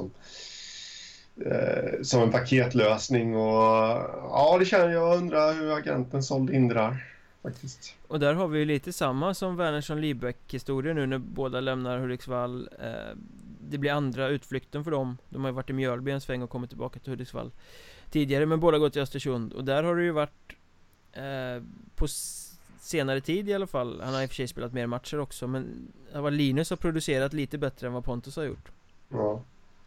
som en paketlösning, och ja, jag undrar hur agenten sålde in det där faktiskt. Och där har vi ju lite samma som Wernersson Liebäck-historia nu när båda lämnar Hudiksvall. Det blir andra utflykten för dem. De har ju varit i Mjölby en sväng och kommit tillbaka till Hudiksvall tidigare, men båda gått till Östersund. Och där har det ju varit på senare tid i alla fall. Han har i och för sig spelat mer matcher också, men Linus har producerat lite bättre än vad Pontus har gjort. Ja.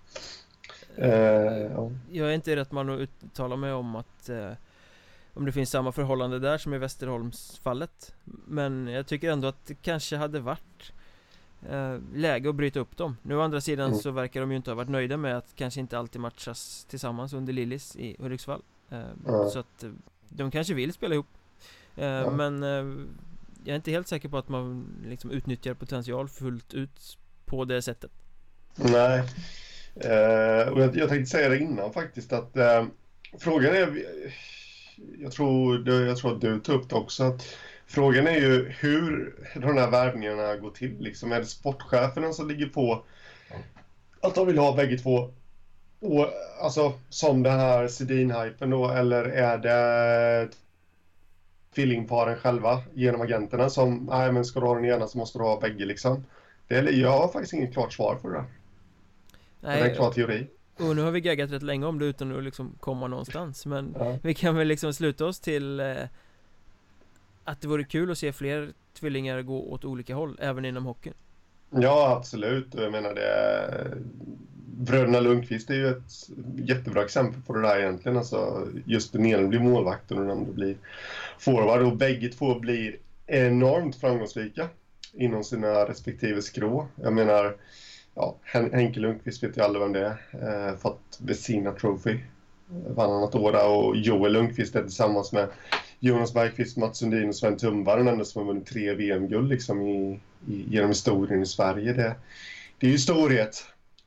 Jag är inte rätt man att uttala mig om att om det finns samma förhållande där som i Västerholmsfallet, men jag tycker ändå att det kanske hade varit läge att bryta upp dem. Nu å andra sidan så verkar de ju inte ha varit nöjda med att kanske inte alltid matchas tillsammans under Lillis i Hudiksvall, så att de kanske vill spela ihop, men jag är inte helt säker på att man liksom utnyttjar potential fullt ut på det sättet. Nej. Och jag tänkte säga det innan faktiskt, att frågan är, jag tror att du tog upp det också, att frågan är ju hur de här värvningarna går till liksom. Är det sportcheferna som ligger på att de vill ha bägge två, och, alltså som den här Sedin-hypen då, eller är det tvillingparen själva genom agenterna som, nej men ska du ha den ena så måste du ha bägge liksom. Jag har faktiskt inget klart svar för det. Nej, det är en klar teori. Och nu har vi gaggat rätt länge om det utan att liksom komma någonstans, men vi kan väl liksom sluta oss till att det vore kul att se fler tvillingar gå åt olika håll, även inom hockeyn. Ja, absolut. Jag menar det, bröderna Lundqvist är ju ett jättebra exempel på det där egentligen. Alltså, just den ena blir målvakt och den andra blir forward, och bägge två blir enormt framgångsrika inom sina respektive skrå. Jag menar, ja, Henke Lundqvist vet ju alla vem det är, fått Vezina Trophy varannat år där, och Joel Lundqvist är tillsammans med Jonas Bergqvist, Mats Sundin och Sven Tumba den enda som har vunnit 3 VM-guld liksom genom historien i Sverige. Det är ju storhet.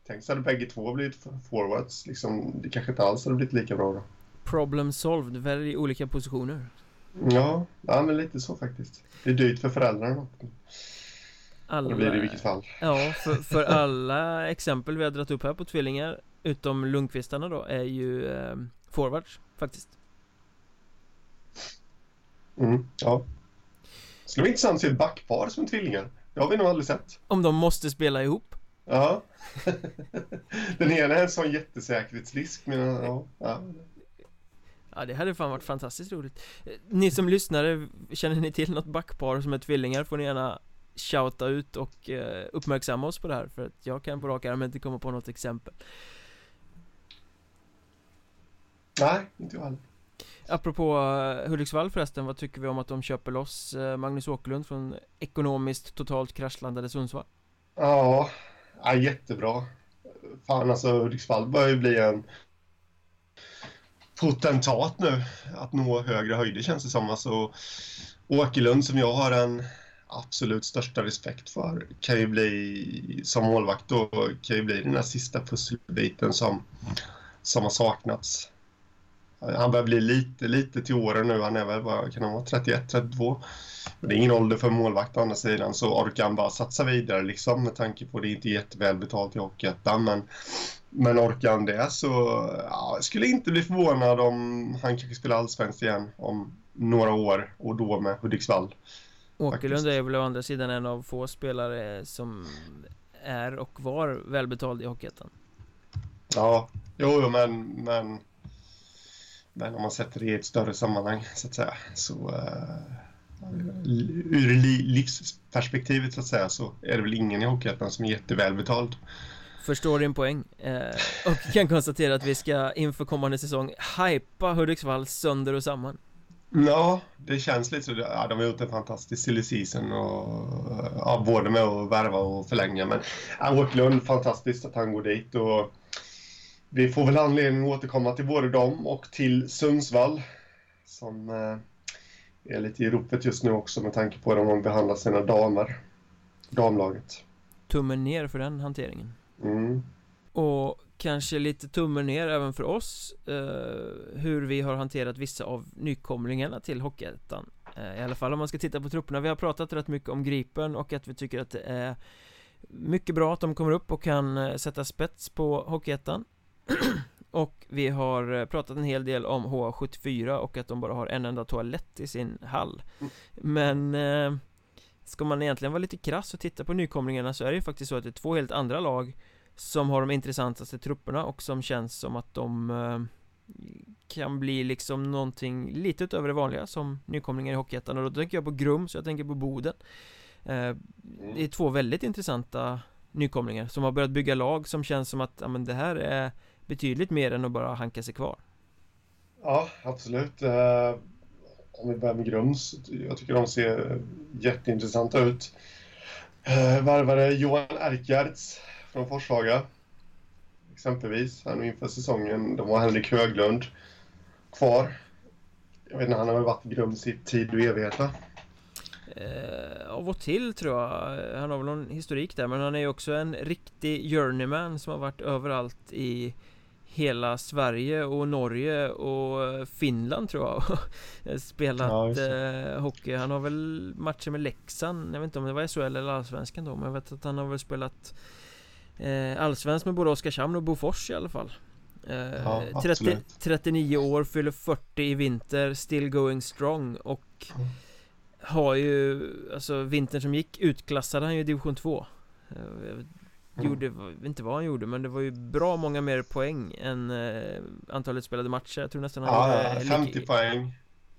Tänk så hade bägge två blivit forwards. Liksom, det kanske inte alls hade blivit lika bra då. Problem solved, välj olika positioner. Ja, men lite så faktiskt. Det är dyrt för föräldrarna. Det blir det i vilket fall. Ja, för alla exempel vi har dragit upp här på tvillingar, utom Lundqvistarna då, är ju forwards faktiskt. Ja. Det skulle vara intressant att se ett backpar som tvillingar. Det har vi nog aldrig sett. Om de måste spela ihop. Ja. Den ena är en sån jättesäkerhetsrisk. Men Ja, det hade fan varit fantastiskt roligt. Ni som lyssnare, känner ni till något backpar som är tvillingar, får ni gärna shouta ut och uppmärksamma oss på det här. För att jag kan på rak arm inte komma på något exempel. Nej, inte jag heller. Apropå Hudiksvall förresten, vad tycker vi om att de köper loss Magnus Åkerlund från ekonomiskt totalt kraschlandade Sundsvall? Ja, jättebra. Fan, alltså Hudiksvall börjar ju bli en potentat nu. Att nå högre höjder känns det som. Alltså, Åkerlund, som jag har en absolut största respekt för, kan ju bli som målvakt och kan ju bli den här sista pusselbiten som har saknats. Han börjar bli lite till åren nu. Han är väl bara, kan han vara 31, 32. Men det är ingen ålder för målvakt å andra sidan, så orkar han bara satsa vidare liksom, med tanke på det är inte jätteväl betalt i Hockeyettan, men orkar han det så jag skulle inte bli förvånad om han kanske spelar allsvenskt igen om några år, och då med Hudiksvall. Åkerlund är väl å andra sidan en av få spelare som är och var välbetald i Hockeyettan. Ja, jo, men om man sätter det i ett större sammanhang så att säga, så ur livsperspektivet så att säga, så är det väl ingen i Hockeyettan som är jättevälbetald. Förstår din poäng, och kan konstatera att vi ska inför kommande säsong hypa Hudiksvall sönder och samman. Ja, det känns lite så. Ja, de har gjort en fantastisk silly season och både med att värva och förlänga, men Åkerlund, fantastiskt att han går dit, och vi får väl anledning att återkomma till både dem och till Sundsvall, som är lite i ropet just nu också med tanke på hur de behandlar sina damlaget. Tummen ner för den hanteringen. Och kanske lite tummen ner även för oss, hur vi har hanterat vissa av nykomlingarna till Hockeyettan. I alla fall om man ska titta på trupperna. Vi har pratat rätt mycket om Gripen och att vi tycker att det är mycket bra att de kommer upp och kan sätta spets på Hockeyettan. Och vi har pratat en hel del om HA74 och att de bara har en enda toalett i sin hall. Men ska man egentligen vara lite krass och titta på nykomlingarna, så är det ju faktiskt så att det är två helt andra lag som har de intressantaste trupperna och som känns som att de kan bli liksom någonting lite utöver det vanliga som nykomlingar i Hockeyettan. Och då tänker jag på Grums, jag tänker på Boden. Det är två väldigt intressanta nykomlingar som har börjat bygga lag som känns som att men det här är betydligt mer än att bara hanka sig kvar. Ja, absolut. Om vi börjar med Grums, jag tycker de ser jätteintressanta ut. Värvare Johan Erkjarts från Forshaga exempelvis, han inför säsongen. De har Henrik Höglund kvar. Jag vet inte, han har väl varit i Grums i tid och evighet, va? Av och till tror jag. Han har väl någon historik där, men han är ju också en riktig journeyman som har varit överallt i hela Sverige och Norge och Finland tror jag. Spelat hockey. Han har väl matcher med Leksand. Jag vet inte om det var SHL eller Allsvenskan då, men jag vet att han har väl spelat Allsvenskt med både Oskarshamn och Bofors i alla fall. 39 år, fyller 40 i vinter, still going strong, och har ju, alltså vintern som gick utklassade han ju i division 2. Gjorde, inte vad han gjorde, men det var ju bra många mer poäng än antalet spelade matcher. Jag tror nästan han 50 poäng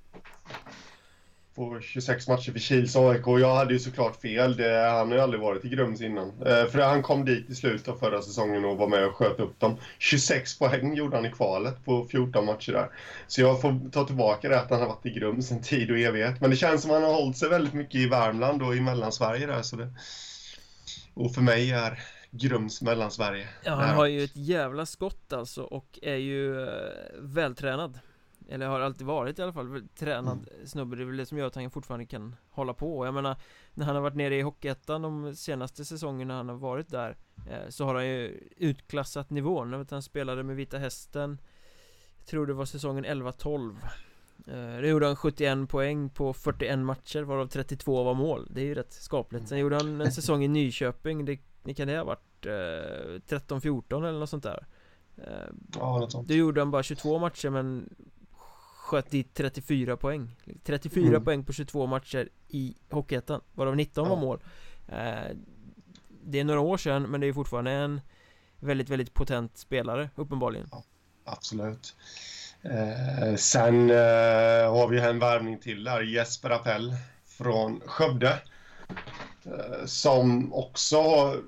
på 26 matcher för Kils AIK. Jag hade ju såklart fel. Han har ju aldrig varit i Grums innan. För han kom dit i slutet av förra säsongen och var med och sköt upp dem. 26 poäng gjorde han i kvalet på 14 matcher där. Så jag får ta tillbaka det att han har varit i Grums en tid och evighet. Men det känns som att han har hållit sig väldigt mycket i Värmland och i Mellansverige där. Så det... Och för mig är Grums Mellansverige. Ja, han har ju ett jävla skott alltså, och är ju vältränad. Eller har alltid varit i alla fall tränad snubbe. Det är väl det som gör att han fortfarande kan hålla på. Jag menar, när han har varit nere i Hockeyettan de senaste säsongerna han har varit där, så har han ju utklassat nivån. Jag vet, han spelade med Vita Hästen, jag tror det var säsongen 11-12. Det gjorde han 71 poäng på 41 matcher, varav 32 var mål. Det är ju rätt skapligt. Sen gjorde han en säsong i Nyköping. Det kan det ha varit 13-14 eller något sånt där. Ja, något sånt. Då gjorde han bara 22 matcher men sköt dit 34 poäng. 34 poäng på 22 matcher i Hockeyettan, varav 19 var mål. Det är några år sedan, men det är fortfarande en väldigt, väldigt potent spelare, uppenbarligen. Ja, absolut. Sen har vi en värvning till där, Jesper Appel från Skövde, som också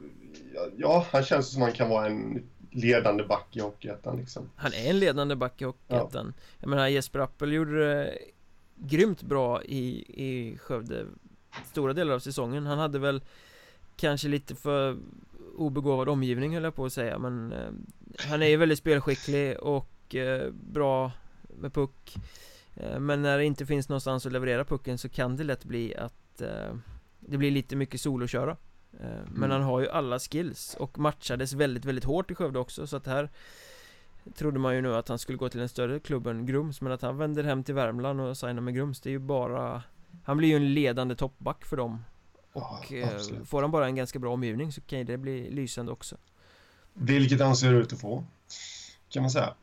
han känns som han kan vara en ledande back i Hockeyettan liksom. Han är en ledande back i Hockeyettan. Jag menar, Jesper Appel gjorde det grymt bra i Skövde stora delar av säsongen. Han hade väl kanske lite för obegåvad omgivning, höll jag på att säga, men han är ju väldigt spelskicklig och bra med puck, men när det inte finns någonstans att leverera pucken så kan det lätt bli att det blir lite mycket soloköra. Men han har ju alla skills och matchades väldigt, väldigt hårt i Skövde också, så att här trodde man ju nu att han skulle gå till en större klubb än Grums, men att han vänder hem till Värmland och signar med Grums, det är ju bara, han blir ju en ledande toppback för dem. Och får han bara en ganska bra omgivning så kan det bli lysande också. Vilket han ser ut att få, kan man säga.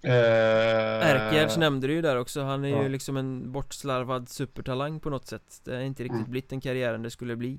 Erkjärds nämnde du ju där också. Han är ju liksom en bortslarvad supertalang på något sätt. Det är inte riktigt blivit den karriären det skulle bli.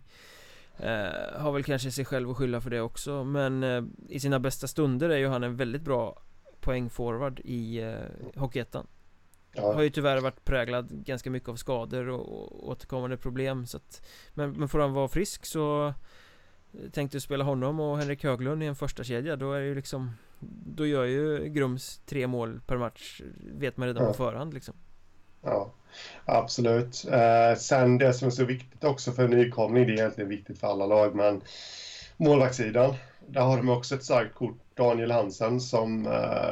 Har väl kanske sig själv att skylla för det också. Men i sina bästa stunder är ju han en väldigt bra poängforward i Hockeyettan. Har ju tyvärr varit präglad ganska mycket av skador och återkommande problem, så att, men får han vara frisk så tänkte jag spela honom och Henrik Höglund i en första kedja. Då är det ju liksom, då gör ju Grums 3 mål per match, vet man redan på förhand liksom. Ja, absolut. Sen det som är så viktigt också för nykomling, det är egentligen viktigt för alla lag, men målvaktssidan, där har de också ett starkt kort, Daniel Hansen, som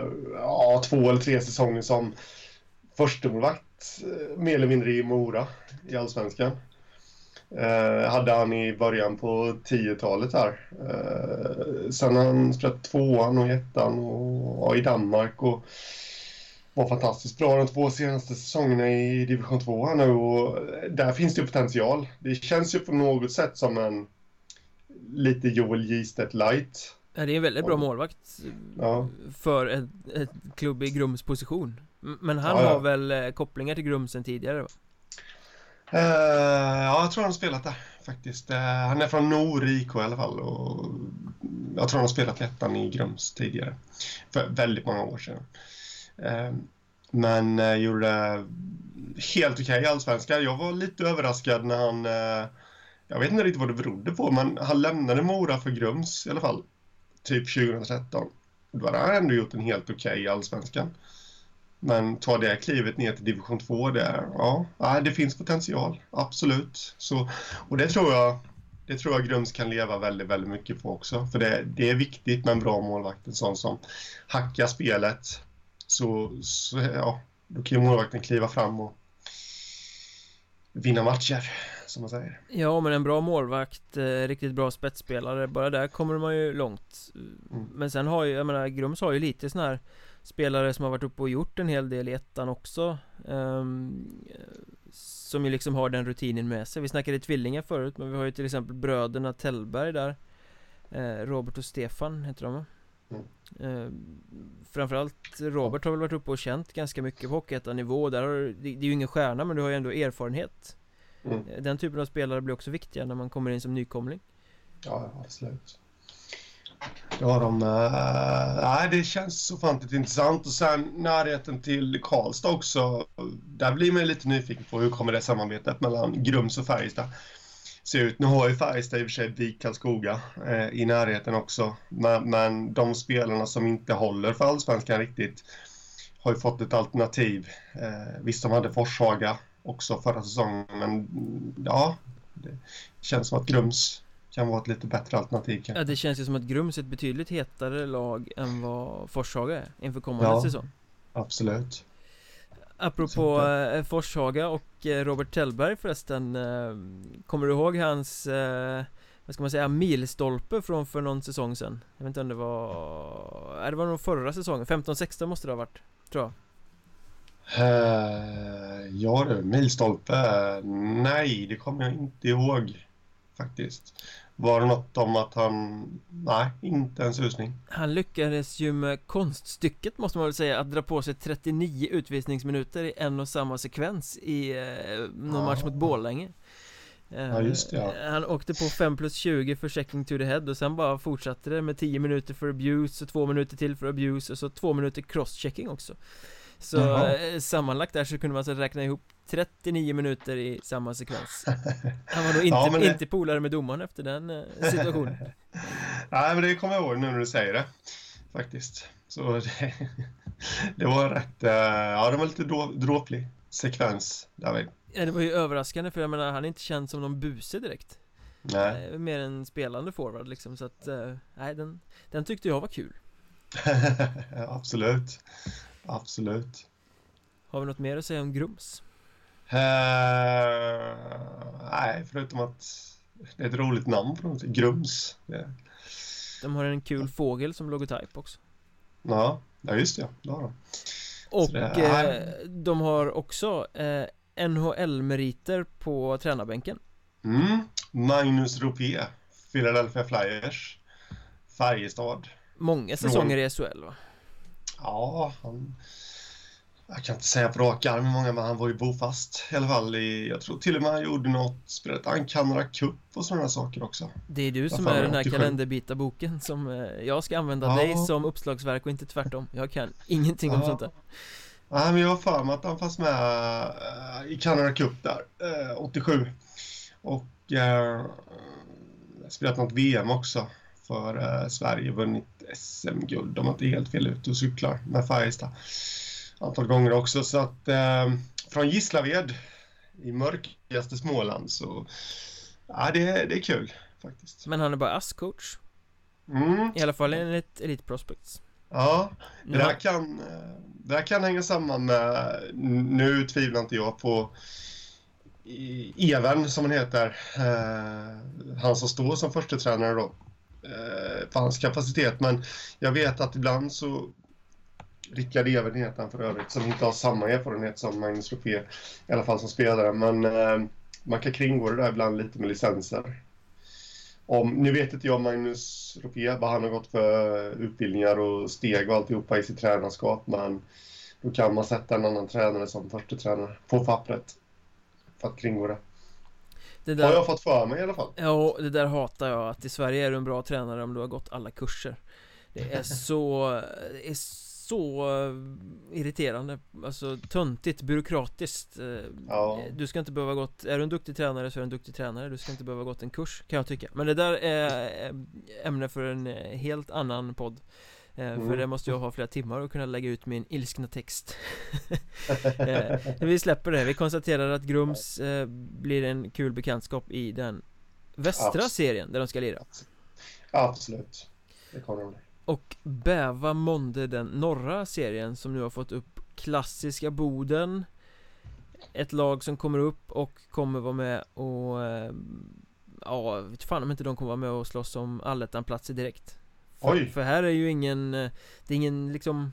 2 eller 3 säsonger som förstemålvakt mer eller mindre i Mora i Allsvenskan. Hade han i början på 10-talet här. Sen har han spelat 2an och 1an och i Danmark och var fantastiskt bra de 2 senaste säsongerna i division 2 nu, och där finns det potential. Det känns ju på något sätt som en lite Joel Gistedt light. Ja, det är en väldigt bra målvakt för ett klubb i Grums position. Men han har väl kopplingar till Grums sen tidigare, va? Jag tror han har spelat där faktiskt. Han är från Norrik i alla fall, och jag tror han har spelat ettan i Grums tidigare för väldigt många år sedan. Men gjorde det helt okej i Allsvenskan. Jag var lite överraskad när han, jag vet inte riktigt vad det berodde på, men han lämnade Mora för Grums i alla fall typ 2013. Då hade han ändå gjort en helt okej i Allsvenskan. Men ta det klivet ner till division 2 där, det finns potential, absolut. Så, och det tror jag Grums kan leva väldigt, väldigt mycket på också. För det är viktigt med en bra målvakt, en sån som hackar spelet. Så då kan ju målvakten kliva fram och vinna matcher, som man säger. Ja, men en bra målvakt, riktigt bra spetsspelare, bara där kommer man ju långt. Men sen har ju, jag menar, Grums har ju lite sån här spelare som har varit uppe och gjort en hel del i ettan också, som ju liksom har den rutinen med sig. Vi snackade tvillingar förut, men vi har ju till exempel bröderna Tellberg där, Robert och Stefan heter de, va? Framförallt Robert har väl varit uppe och känt ganska mycket på Hockeyettan-nivå. Där det är ju ingen stjärna, men du har ju ändå erfarenhet. Den typen av spelare blir också viktiga när man kommer in som nykomling. Ja, absolut. Då har de, det känns så fantastiskt intressant. Och sen närheten till Karlstad också. Där blir man lite nyfiken på hur kommer det samarbetet mellan Grums och Färjestad se ut. Nu har ju Färjestad i och för sig Vik Karlskoga i närheten också. Men de spelarna som inte håller för Allsvenskan riktigt har ju fått ett alternativ. Visst, de hade Forshaga också förra säsongen. Men ja, det känns som att Grums kan vara ett lite bättre alternativ. Ja, det känns ju som att Grums är ett betydligt hetare lag än vad Forshaga är inför kommande säsong. Absolut. Apropå Forshaga och Robert Tellberg förresten, kommer du ihåg hans vad ska man säga, milstolpe från för någon säsong sedan. Jag vet inte om det var... det var nog förra säsongen, 15-16 måste det ha varit, tror jag. Ja du, milstolpe. Nej, det kommer jag inte ihåg faktiskt. Var det något om att han... Nej, inte en susning. Han lyckades ju med konststycket, måste man väl säga, att dra på sig 39 utvisningsminuter i en och samma sekvens i någon match mot Borlänge. Ja, just det, ja. Han åkte på 5+20 för checking to the head och sen bara fortsatte det med 10 minuter för abuse och 2 minuter till för abuse och så 2 minuter crosschecking också. Så sammanlagt där så kunde man alltså räkna ihop 39 minuter i samma sekvens. Han var nog inte polare med domaren efter den situationen. Nej, men det kommer jag ihåg nu när du säger det, faktiskt. Så det var rätt, ja, det var lite dråplig sekvens, David. Ja, det var ju överraskande, för jag menar, han är inte känd som någon buse direkt. Nej. Mer en spelande forward liksom, så att, nej, den tyckte jag var kul. Absolut. Absolut. Har vi något mer att säga om Grums? Nej, förutom att det är ett roligt namn på något. Grums. Yeah. De har en kul fågel som logotyp också. Ja, just det. Ja. Och de har också NHL-meriter på tränarbänken. Magnus Ropé, Philadelphia Flyers, Färjestad. Många säsonger i SHL, va? Ja, jag kan inte säga på rak arm hur många, men han var ju bofast i alla fall. Jag tror till och med han gjorde spelat en Canada Cup och sådana saker också. Det är du som är den här kalenderbita-boken som jag ska använda dig som uppslagsverk och inte tvärtom. Jag kan ingenting om sånt där. Nej, men jag har för mig att han fanns med i Canada Cup där, 87. Och spelat något VM också för Sverige, vunnit SM-guld. De har inte helt fel ut och cyklar med Färjestad antal gånger också. Så att från Gislaved i mörkaste Småland, så ja, det är kul faktiskt. Men han är bara ASS-coach. I alla fall enligt Elite Prospects. Ja, det där kan hänga samman med, nu tvivlar inte jag på Even som han heter, han som står som första tränare då, för hans kapacitet, men jag vet att ibland så Rickard Even heter han för övrigt, som inte har samma erfarenhet som Magnus Ropé, i alla fall som spelare, men man kan kringgå det där ibland lite med licenser. Nu vet inte jag Magnus Ropé, vad han har gått för utbildningar och steg och alltihopa i sitt tränarskap, men då kan man sätta en annan tränare som första tränare på pappret för att kringgå det. Det där har jag fått för mig i alla fall. Ja, det där hatar jag, att i Sverige är du en bra tränare om du har gått alla kurser. Det är så irriterande, alltså töntigt, byråkratiskt. Ja. Du ska inte behöva gått, är du en duktig tränare så är du en duktig tränare, du ska inte behöva gått en kurs, kan jag tycka. Men det där är ämne för en helt annan podd. För det måste jag ha flera timmar och kunna lägga ut min ilskna text. Vi släpper det. Vi konstaterar att Grums blir en kul bekantskap i den västra serien där de ska lira. Absolut. Det kommer de. Och Bäva Monde, den norra serien som nu har fått upp klassiska Boden. Ett lag som kommer upp och kommer vara med och ja, vet fan om inte de kommer vara med och slåss om allettan-platser direkt. För här är ju det är ingen liksom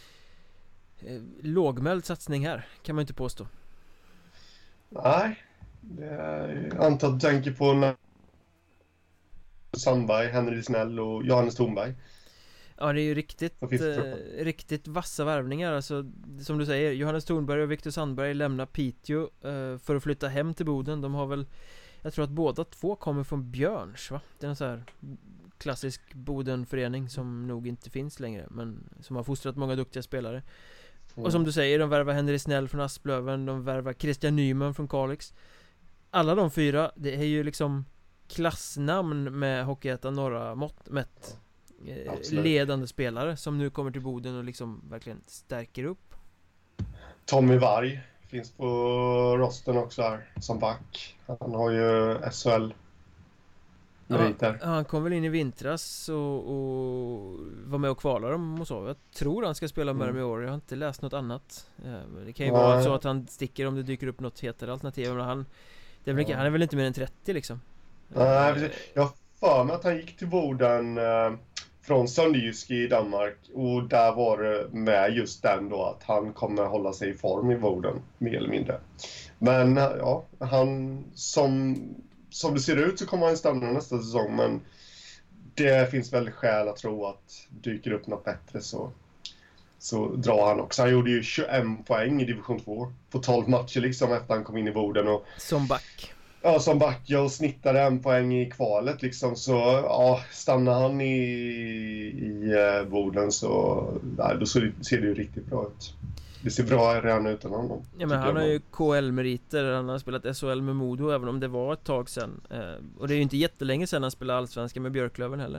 lågmäld satsning här, kan man inte påstå. Nej, det är antar att du tänker på Sandberg, Henry Snäll och Johannes Thornberg. Ja, det är ju riktigt vassa värvningar. Alltså, som du säger, Johannes Thornberg och Victor Sandberg lämnar Piteå för att flytta hem till Boden. De har väl, jag tror att båda två kommer från Björns, va? Det är en sån här klassisk Bodenförening som nog inte finns längre, men som har fostrat många duktiga spelare. Och som du säger, de värvar Henry Snäll från Asplöven, de värvar Christian Nyman från Kalix. Alla de fyra, det är ju liksom klassnamn med Hockeyettan norra mått mätt. Ledande spelare som nu kommer till Boden och liksom verkligen stärker upp. Tommy Varg finns på rosten också här som back. Han har ju SHL. Ja, han kom väl in i vintras och var med och kvalar dem och så. Jag tror han ska spela med dem i år. Jag har inte läst något annat. Det kan ju vara så att han sticker om det dyker upp något hetare alternativ. Men han är väl inte mer än 30 liksom. Nej, jag för mig att han gick till Boden från Sønderjyske i Danmark. Och där var det med just den då att han kommer hålla sig i form i Boden, mer eller mindre. Men ja, han som det ser ut så kommer han stanna nästa säsong. Men det finns väl skäl att tro att dyker upp något bättre så drar han också. Han gjorde ju 21 poäng i division 2 på 12 matcher liksom efter han kom in i Boden. Och, som back. Ja, som back och snittade 1 poäng i kvalet liksom. Så ja, stannar han i Boden så ja, då ser det ju riktigt bra ut. Det ser bra redan utan honom. Ja, men han har ju KL-meriter. Han har spelat SHL med Modo, även om det var ett tag sedan. Och det är ju inte jättelänge sedan han spelade allsvenska med Björklöven heller.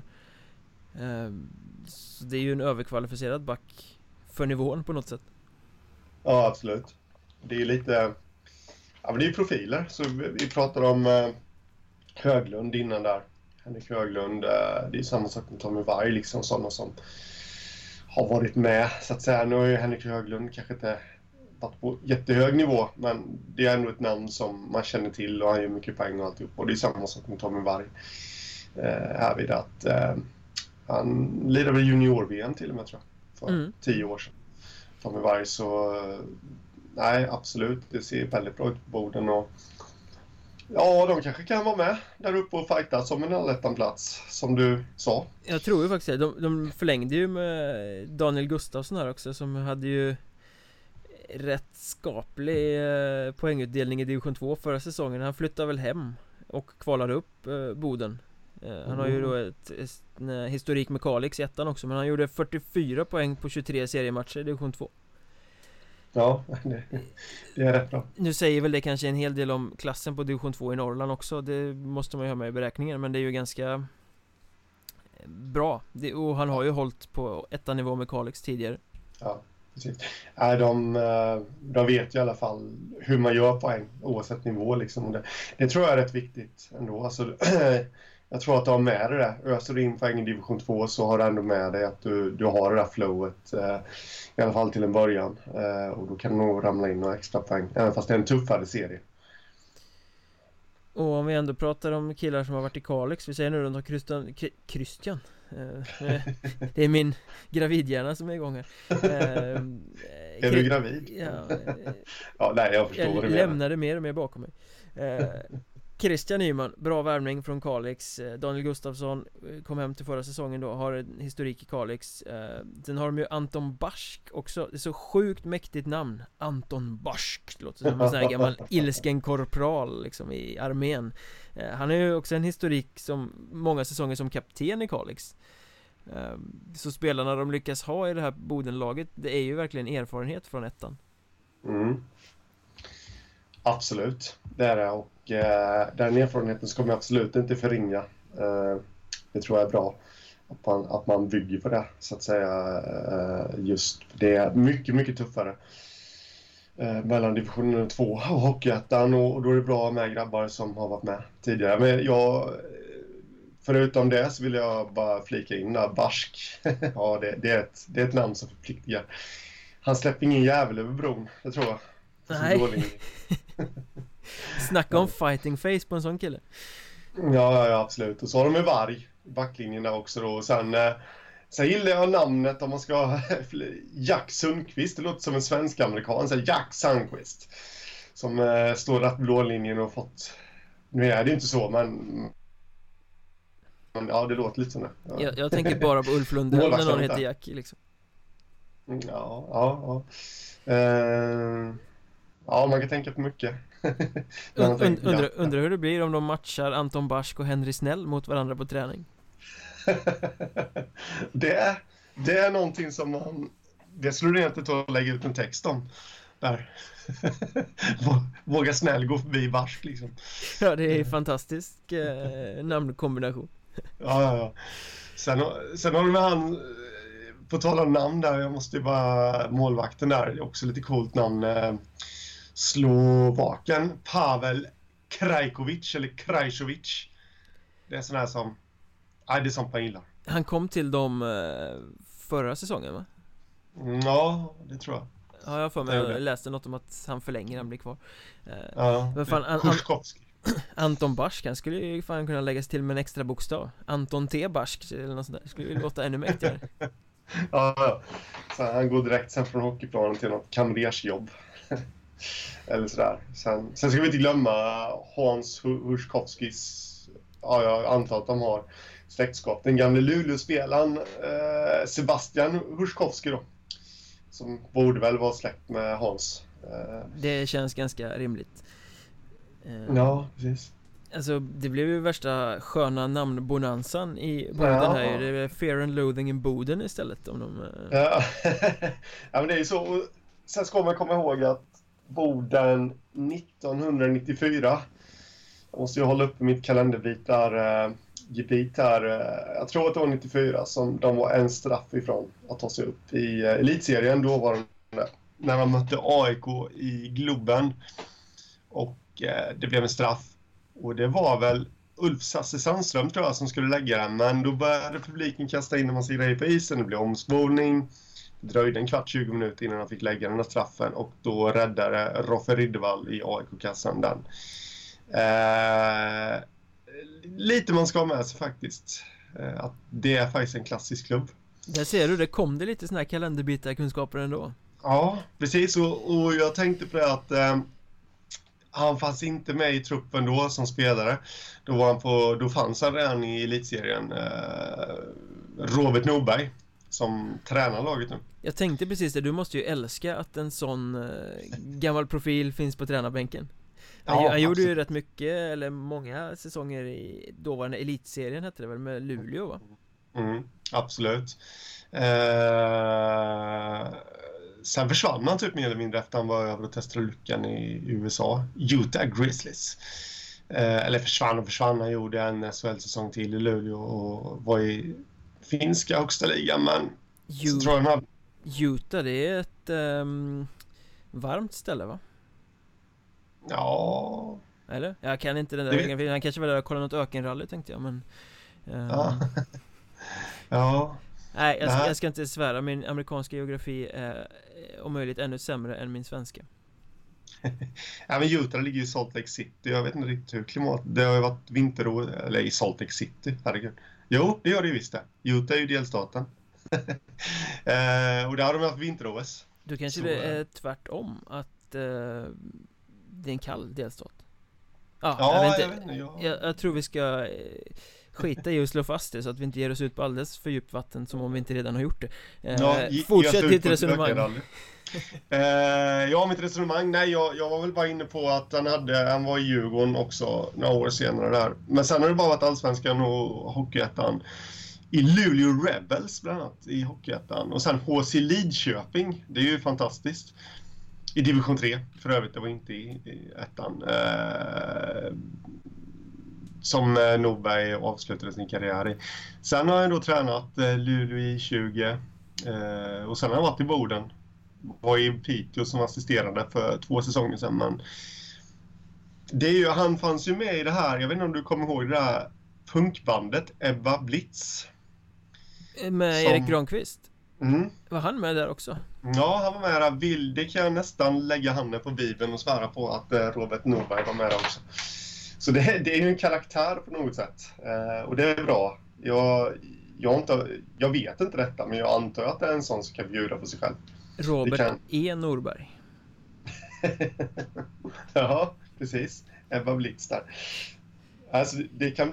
Så det är ju en överkvalificerad back för nivån på något sätt. Ja, absolut. Det är lite... Ja, men det är ju profiler. Så vi pratade om Höglund innan där. Henrik Höglund. Det är samma sak med Tommy Varg, liksom sådana som har varit med, så att säga. Nu har ju Henrik Höglund kanske inte varit på jättehög nivå, men det är ändå ett namn som man känner till och han gör mycket poäng och alltihop. Och det är samma sak med Tommy Varg. Här vid att han lirade junior-VM till och med, tror jag, för 10 år sedan. Tommy Varg, så nej, absolut. Det ser väldigt bra ut på Boden och ja, de kanske kan vara med där uppe och fighta som en allettan-plats, som du sa. Jag tror ju faktiskt det. De förlängde ju med Daniel Gustafsson här också, som hade ju rätt skaplig poängutdelning i division 2 förra säsongen. Han flyttade väl hem och kvalade upp Boden. Han har ju då en historik med Kalix i ettan också, men han gjorde 44 poäng på 23 seriematcher i division 2. Ja, det är rätt bra. Nu säger väl det kanske en hel del om klassen på division 2 i Norrland också. Det måste man ju ha med i beräkningen, men det är ju ganska bra. Och han har ju hållit på ettanivå med Kalix tidigare. Ja, precis. De vet ju i alla fall hur man gör poäng oavsett nivå liksom. Det tror jag är rätt viktigt ändå. Alltså, jag tror att du har med det där. Öser du in poäng i division 2 så har du ändå med dig att du har det där flowet. I alla fall till en början. Och då kan du nog ramla in några extra poäng. Även fast det är en tuffare serie. Och om vi ändå pratar om killar som har varit i Kalix. Vi säger nu att Christian. Det är min gravidhjärna som är igång här. Är du gravid? Ja, ja, nej, jag förstår vad du menar. Jag lämnar det mer och mer bakom mig. Christian Nyman, bra värvning från Kalix. Daniel Gustafsson kom hem till förra säsongen då, har en historik i Kalix. Sen har de ju Anton Barsk också. Det är så sjukt mäktigt namn. Anton Barsk, det låter som en sån här gammal ilsken korpral liksom i armén. Han har ju också en historik som många säsonger som kapten i Kalix. Så spelarna de lyckas ha i det här Bodenlaget, det är ju verkligen erfarenhet från ettan. Absolut, det är det. Och den erfarenheten ska man absolut inte förringa. Det tror jag är bra att man bygger på det, så att säga. Just det är mycket, mycket tuffare mellan division 2 och Hockeyettan, och då är det bra med grabbar som har varit med tidigare. Men förutom det så vill jag bara flika in där, Barsk. Ja, det är ett namn som förpliktigar. Han släpper ingen jävel över bron, det tror jag. Nej. Snacka om fighting face på en sån kille. Ja, absolut. Och så har de ju Varg i backlinjen där också då. Och sen gillar jag namnet, om man ska Jack Sundqvist. Det låter som en svensk-amerikan, så Jack Sundqvist. Som står rätt blå linjen och fått... Nu är det inte så, men ja, det låter lite som det. Ja. Jag tänker bara på Ulf Lundell när någon heter Jack liksom. Ja. Ja, man kan tänka på mycket. Undrar hur det blir om de matchar Anton Barsk och Henry Snell mot varandra på träning. Det är någonting som man... Det skulle du inte ta och lägga ut en text om. Där. Våga Snell gå förbi Barsk liksom. Ja, det är en fantastisk namnkombination. Ja. Sen har du med han... På tal om namn där, jag måste ju bara... Målvakten där, det är också lite coolt namn. Slovaken Pavel Krajkovic eller Krajkovic. Det är sån här som... Nej, det är sånt man gillar. Han kom till dem förra säsongen, va? Ja, det tror jag. Ja, jag för mig. Jag läste något om att han förlänger, han blir kvar. Ja, men fan, Anton Barsk, han skulle ju fan kunna läggas till med en extra bokstav. Anton T. Barsk eller något sånt där. Skulle ju låta ännu mäktigare. Ja. Så han går direkt sen från hockeyplanen till något kamrersjobb. Eller sådär. Sen ska vi inte glömma Hans Hurskowskis. Ja, jag antar att de har släktskap. Den gamla Luleå-spelaren Sebastian Hurskowski då. Som borde väl vara släkt med Hans. Det känns ganska rimligt. Ja, precis. Alltså det blev ju värsta sköna namnbonanzan i Boden här. Det är Fear and Loathing in Boden istället om de... Ja. Ja, men det är ju så. Sen ska man komma ihåg att Boden 1994, jag måste ju hålla uppe mitt kalenderbitar-gebit här. Jag tror att det var 94 som de var en straff ifrån att ta sig upp i elitserien. Då var det när de mötte AIK i Globen. Och det blev en straff. Och det var väl Ulf Sasse Sandström tror jag som skulle lägga den. Men då började publiken kasta in en massa grejer på isen. Det blev omspolning. Det dröjde en kvart, 20 minuter innan de fick lägga den här straffen. Och då räddade Roffe Ryddervall i AIK-kassan den. Lite man ska ha med sig faktiskt. Att det är faktiskt en klassisk klubb. Där ser du, det kom det lite såna här kalenderbitar-kunskaper ändå. Ja, precis. Och jag tänkte på det att han fanns inte med i truppen då som spelare. Då fanns han redan i elitserien. Robert Norberg som tränar laget nu. Jag tänkte precis det, du måste ju älska att en sån gammal profil finns på tränarbänken. Han gjorde ju rätt mycket, eller många säsonger i dåvarande elitserien hette det väl, med Luleå va? Absolut. Sen försvann han typ mer eller mindre efter han var över och testade luckan i USA. Utah Grizzlies. Eller försvann. Han gjorde en SHL-säsong till i Luleå och var i finska högsta ligan. Men så tror jag Utah, det är ett varmt ställe va? Ja. Eller? Jag kan inte den där. Han kanske var där och kollade något ökenrally tänkte jag. Men, ja. Nej, jag ska inte svära. Min amerikanska geografi är om möjligt ännu sämre än min svenska. Ja, men Utah ligger i Salt Lake City. Jag vet inte riktigt hur klimat. Det har ju varit vinterår eller i Salt Lake City. Herregud. Jo, det gör det ju visst det. Utah är ju delstaten. Och där har de haft vinter-OS. Då kanske det är tvärtom. Att det är en kall delstat. Jag tror vi ska skita i och slå fast det så att vi inte ger oss ut på alldeles för djupt vatten som om vi inte redan har gjort det. Fortsätt ditt resonemang. Mitt resonemang. Nej, jag var väl bara inne på att han var i Djurgården också några år senare där. Men sen har det bara varit Allsvenskan och Hockeyettan i Luleå Rebels bland annat i Hockeyettan. Och sen HC Lidköping, det är ju fantastiskt. I division 3, för övrigt, det var inte i ettan. Som Norberg avslutade sin karriär i. Sen har jag då tränat Luleå i 20. Och sen har jag varit i Boden. Var i Piteå som assisterande för 2 säsonger sedan. Men det är ju, han fanns ju med i det här. Jag vet inte om du kommer ihåg det där punkbandet Ebba Blitz. Med Erik Granqvist. Var han med där också? Ja, han var med där. Det kan jag nästan lägga handen på Bibeln och svära på att Robert Norberg var med där också. Så det är ju en karaktär på något sätt. Och det är bra. Jag vet inte detta, men jag antar att det är en sån som kan bjuda på sig själv. Robert E. Norberg. Ja, precis. Ebba Blitz där. Alltså, det kan...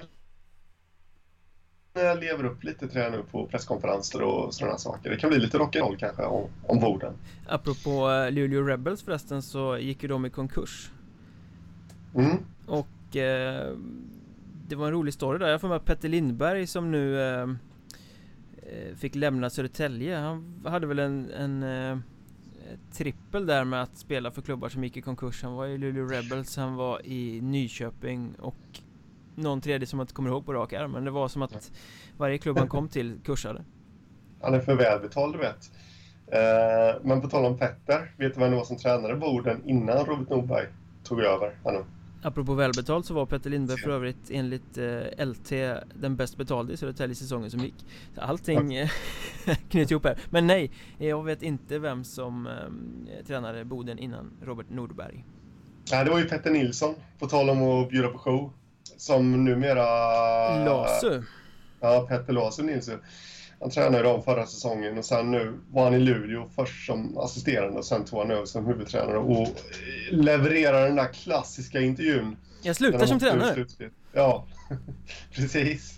Jag lever upp lite tror jag nu på presskonferenser och sådana saker. Det kan bli lite rock'n'roll kanske om Boden. Apropå Luleå Rebels förresten så gick ju de i konkurs. Och det var en rolig story där. Jag får med Petter Lindberg som nu fick lämna Södertälje. Han hade väl en trippel där med att spela för klubbar som gick i konkurs. Han var i Luleå Rebels, han var i Nyköping och någon tredje som jag inte kommer ihåg på rak arm. Men det var som att varje klubb han kom till kursade. Han är för välbetald, du vet. Men på tal om Petter, vet du vem det var som tränade Boden innan Robert Norberg tog över? Apropå välbetald så var Petter Lindberg för övrigt enligt LT den bäst betalde i Södertälje säsongen som gick. Så allting knyter ihop här. Men nej, jag vet inte vem som tränade Boden innan Robert Norberg. Nej, det var ju Petter Nilsson, på tal om att bjuda på show, som numera... Lasu. Ja, Petter Lasu Nilsson. Han tränade ju dem förra säsongen och sen nu var han i Luleå först som assisterande och sen tog han över som huvudtränare och levererar den där klassiska intervjun. Jag slutar som tränare. Ja, precis.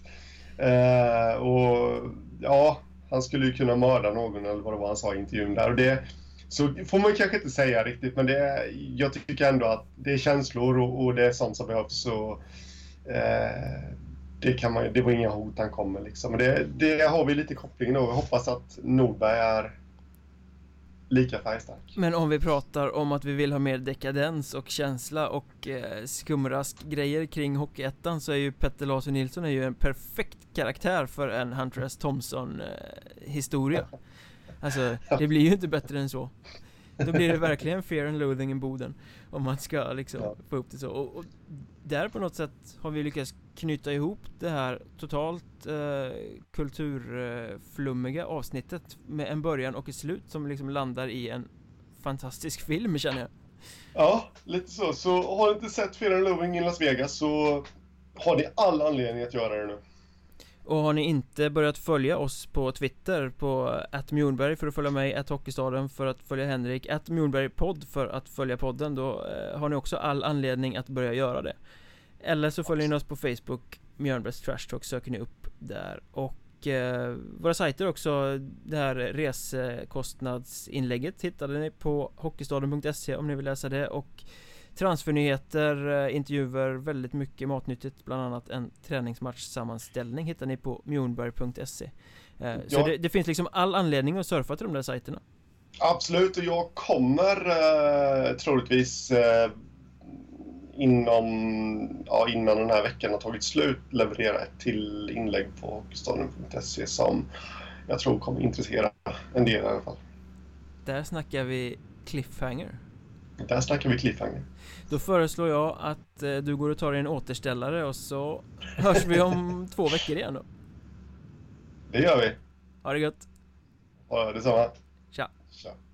Och ja, han skulle ju kunna mörda någon eller vad det var han sa i intervjun där. Och det så får man kanske inte säga riktigt, men jag tycker ändå att det är känslor och det är sånt som behövs. Och, det var inga hot han kommer liksom. Men det har vi lite koppling då. Jag hoppas att Nordberg är lika färgstark. Men om vi pratar om att vi vill ha mer dekadens och känsla och skumrask grejer kring Hockeyettan, så är ju Petter Lasu Nilsson är ju en perfekt karaktär för en Hunter S. Thompson historia. Alltså, det blir ju inte bättre än så. Då blir det verkligen Fear and Loathing in Boden, om man ska liksom få upp det så. Och där på något sätt har vi lyckats knyta ihop det här totalt kulturflummiga avsnittet med en början och ett slut som liksom landar i en fantastisk film, känner jag. Ja, lite så. Så har du inte sett Fear and Loathing in Las Vegas, så har ni all anledning att göra det nu. Och har ni inte börjat följa oss på Twitter på @Mjornberg för att följa mig, @Hockeystaden för att följa Henrik, @Mjornbergpodd för att följa podden, då har ni också all anledning att börja göra det. Eller så följer ni oss på Facebook, Mjörnbergs Trash Talk, söker ni upp där. Och våra sajter också, det här resekostnadsinlägget hittade ni på hockeystaden.se om ni vill läsa det. Och transfernyheter, intervjuer, väldigt mycket matnyttigt, bland annat en träningsmatchsammanställning hittar ni på mjornberg.se. Så det finns liksom all anledning att surfa till de där sajterna. Absolut, och jag kommer troligtvis innan den här veckan har tagit slut leverera ett till inlägg på hockeystaden.se som jag tror kommer intressera en del i alla fall. Där snackar vi cliffhanger. Då föreslår jag att du går och tar dig en återställare och så hörs vi om 2 veckor igen då. Det gör vi. Ha det gott. Ja, detsamma. Tja. Tja.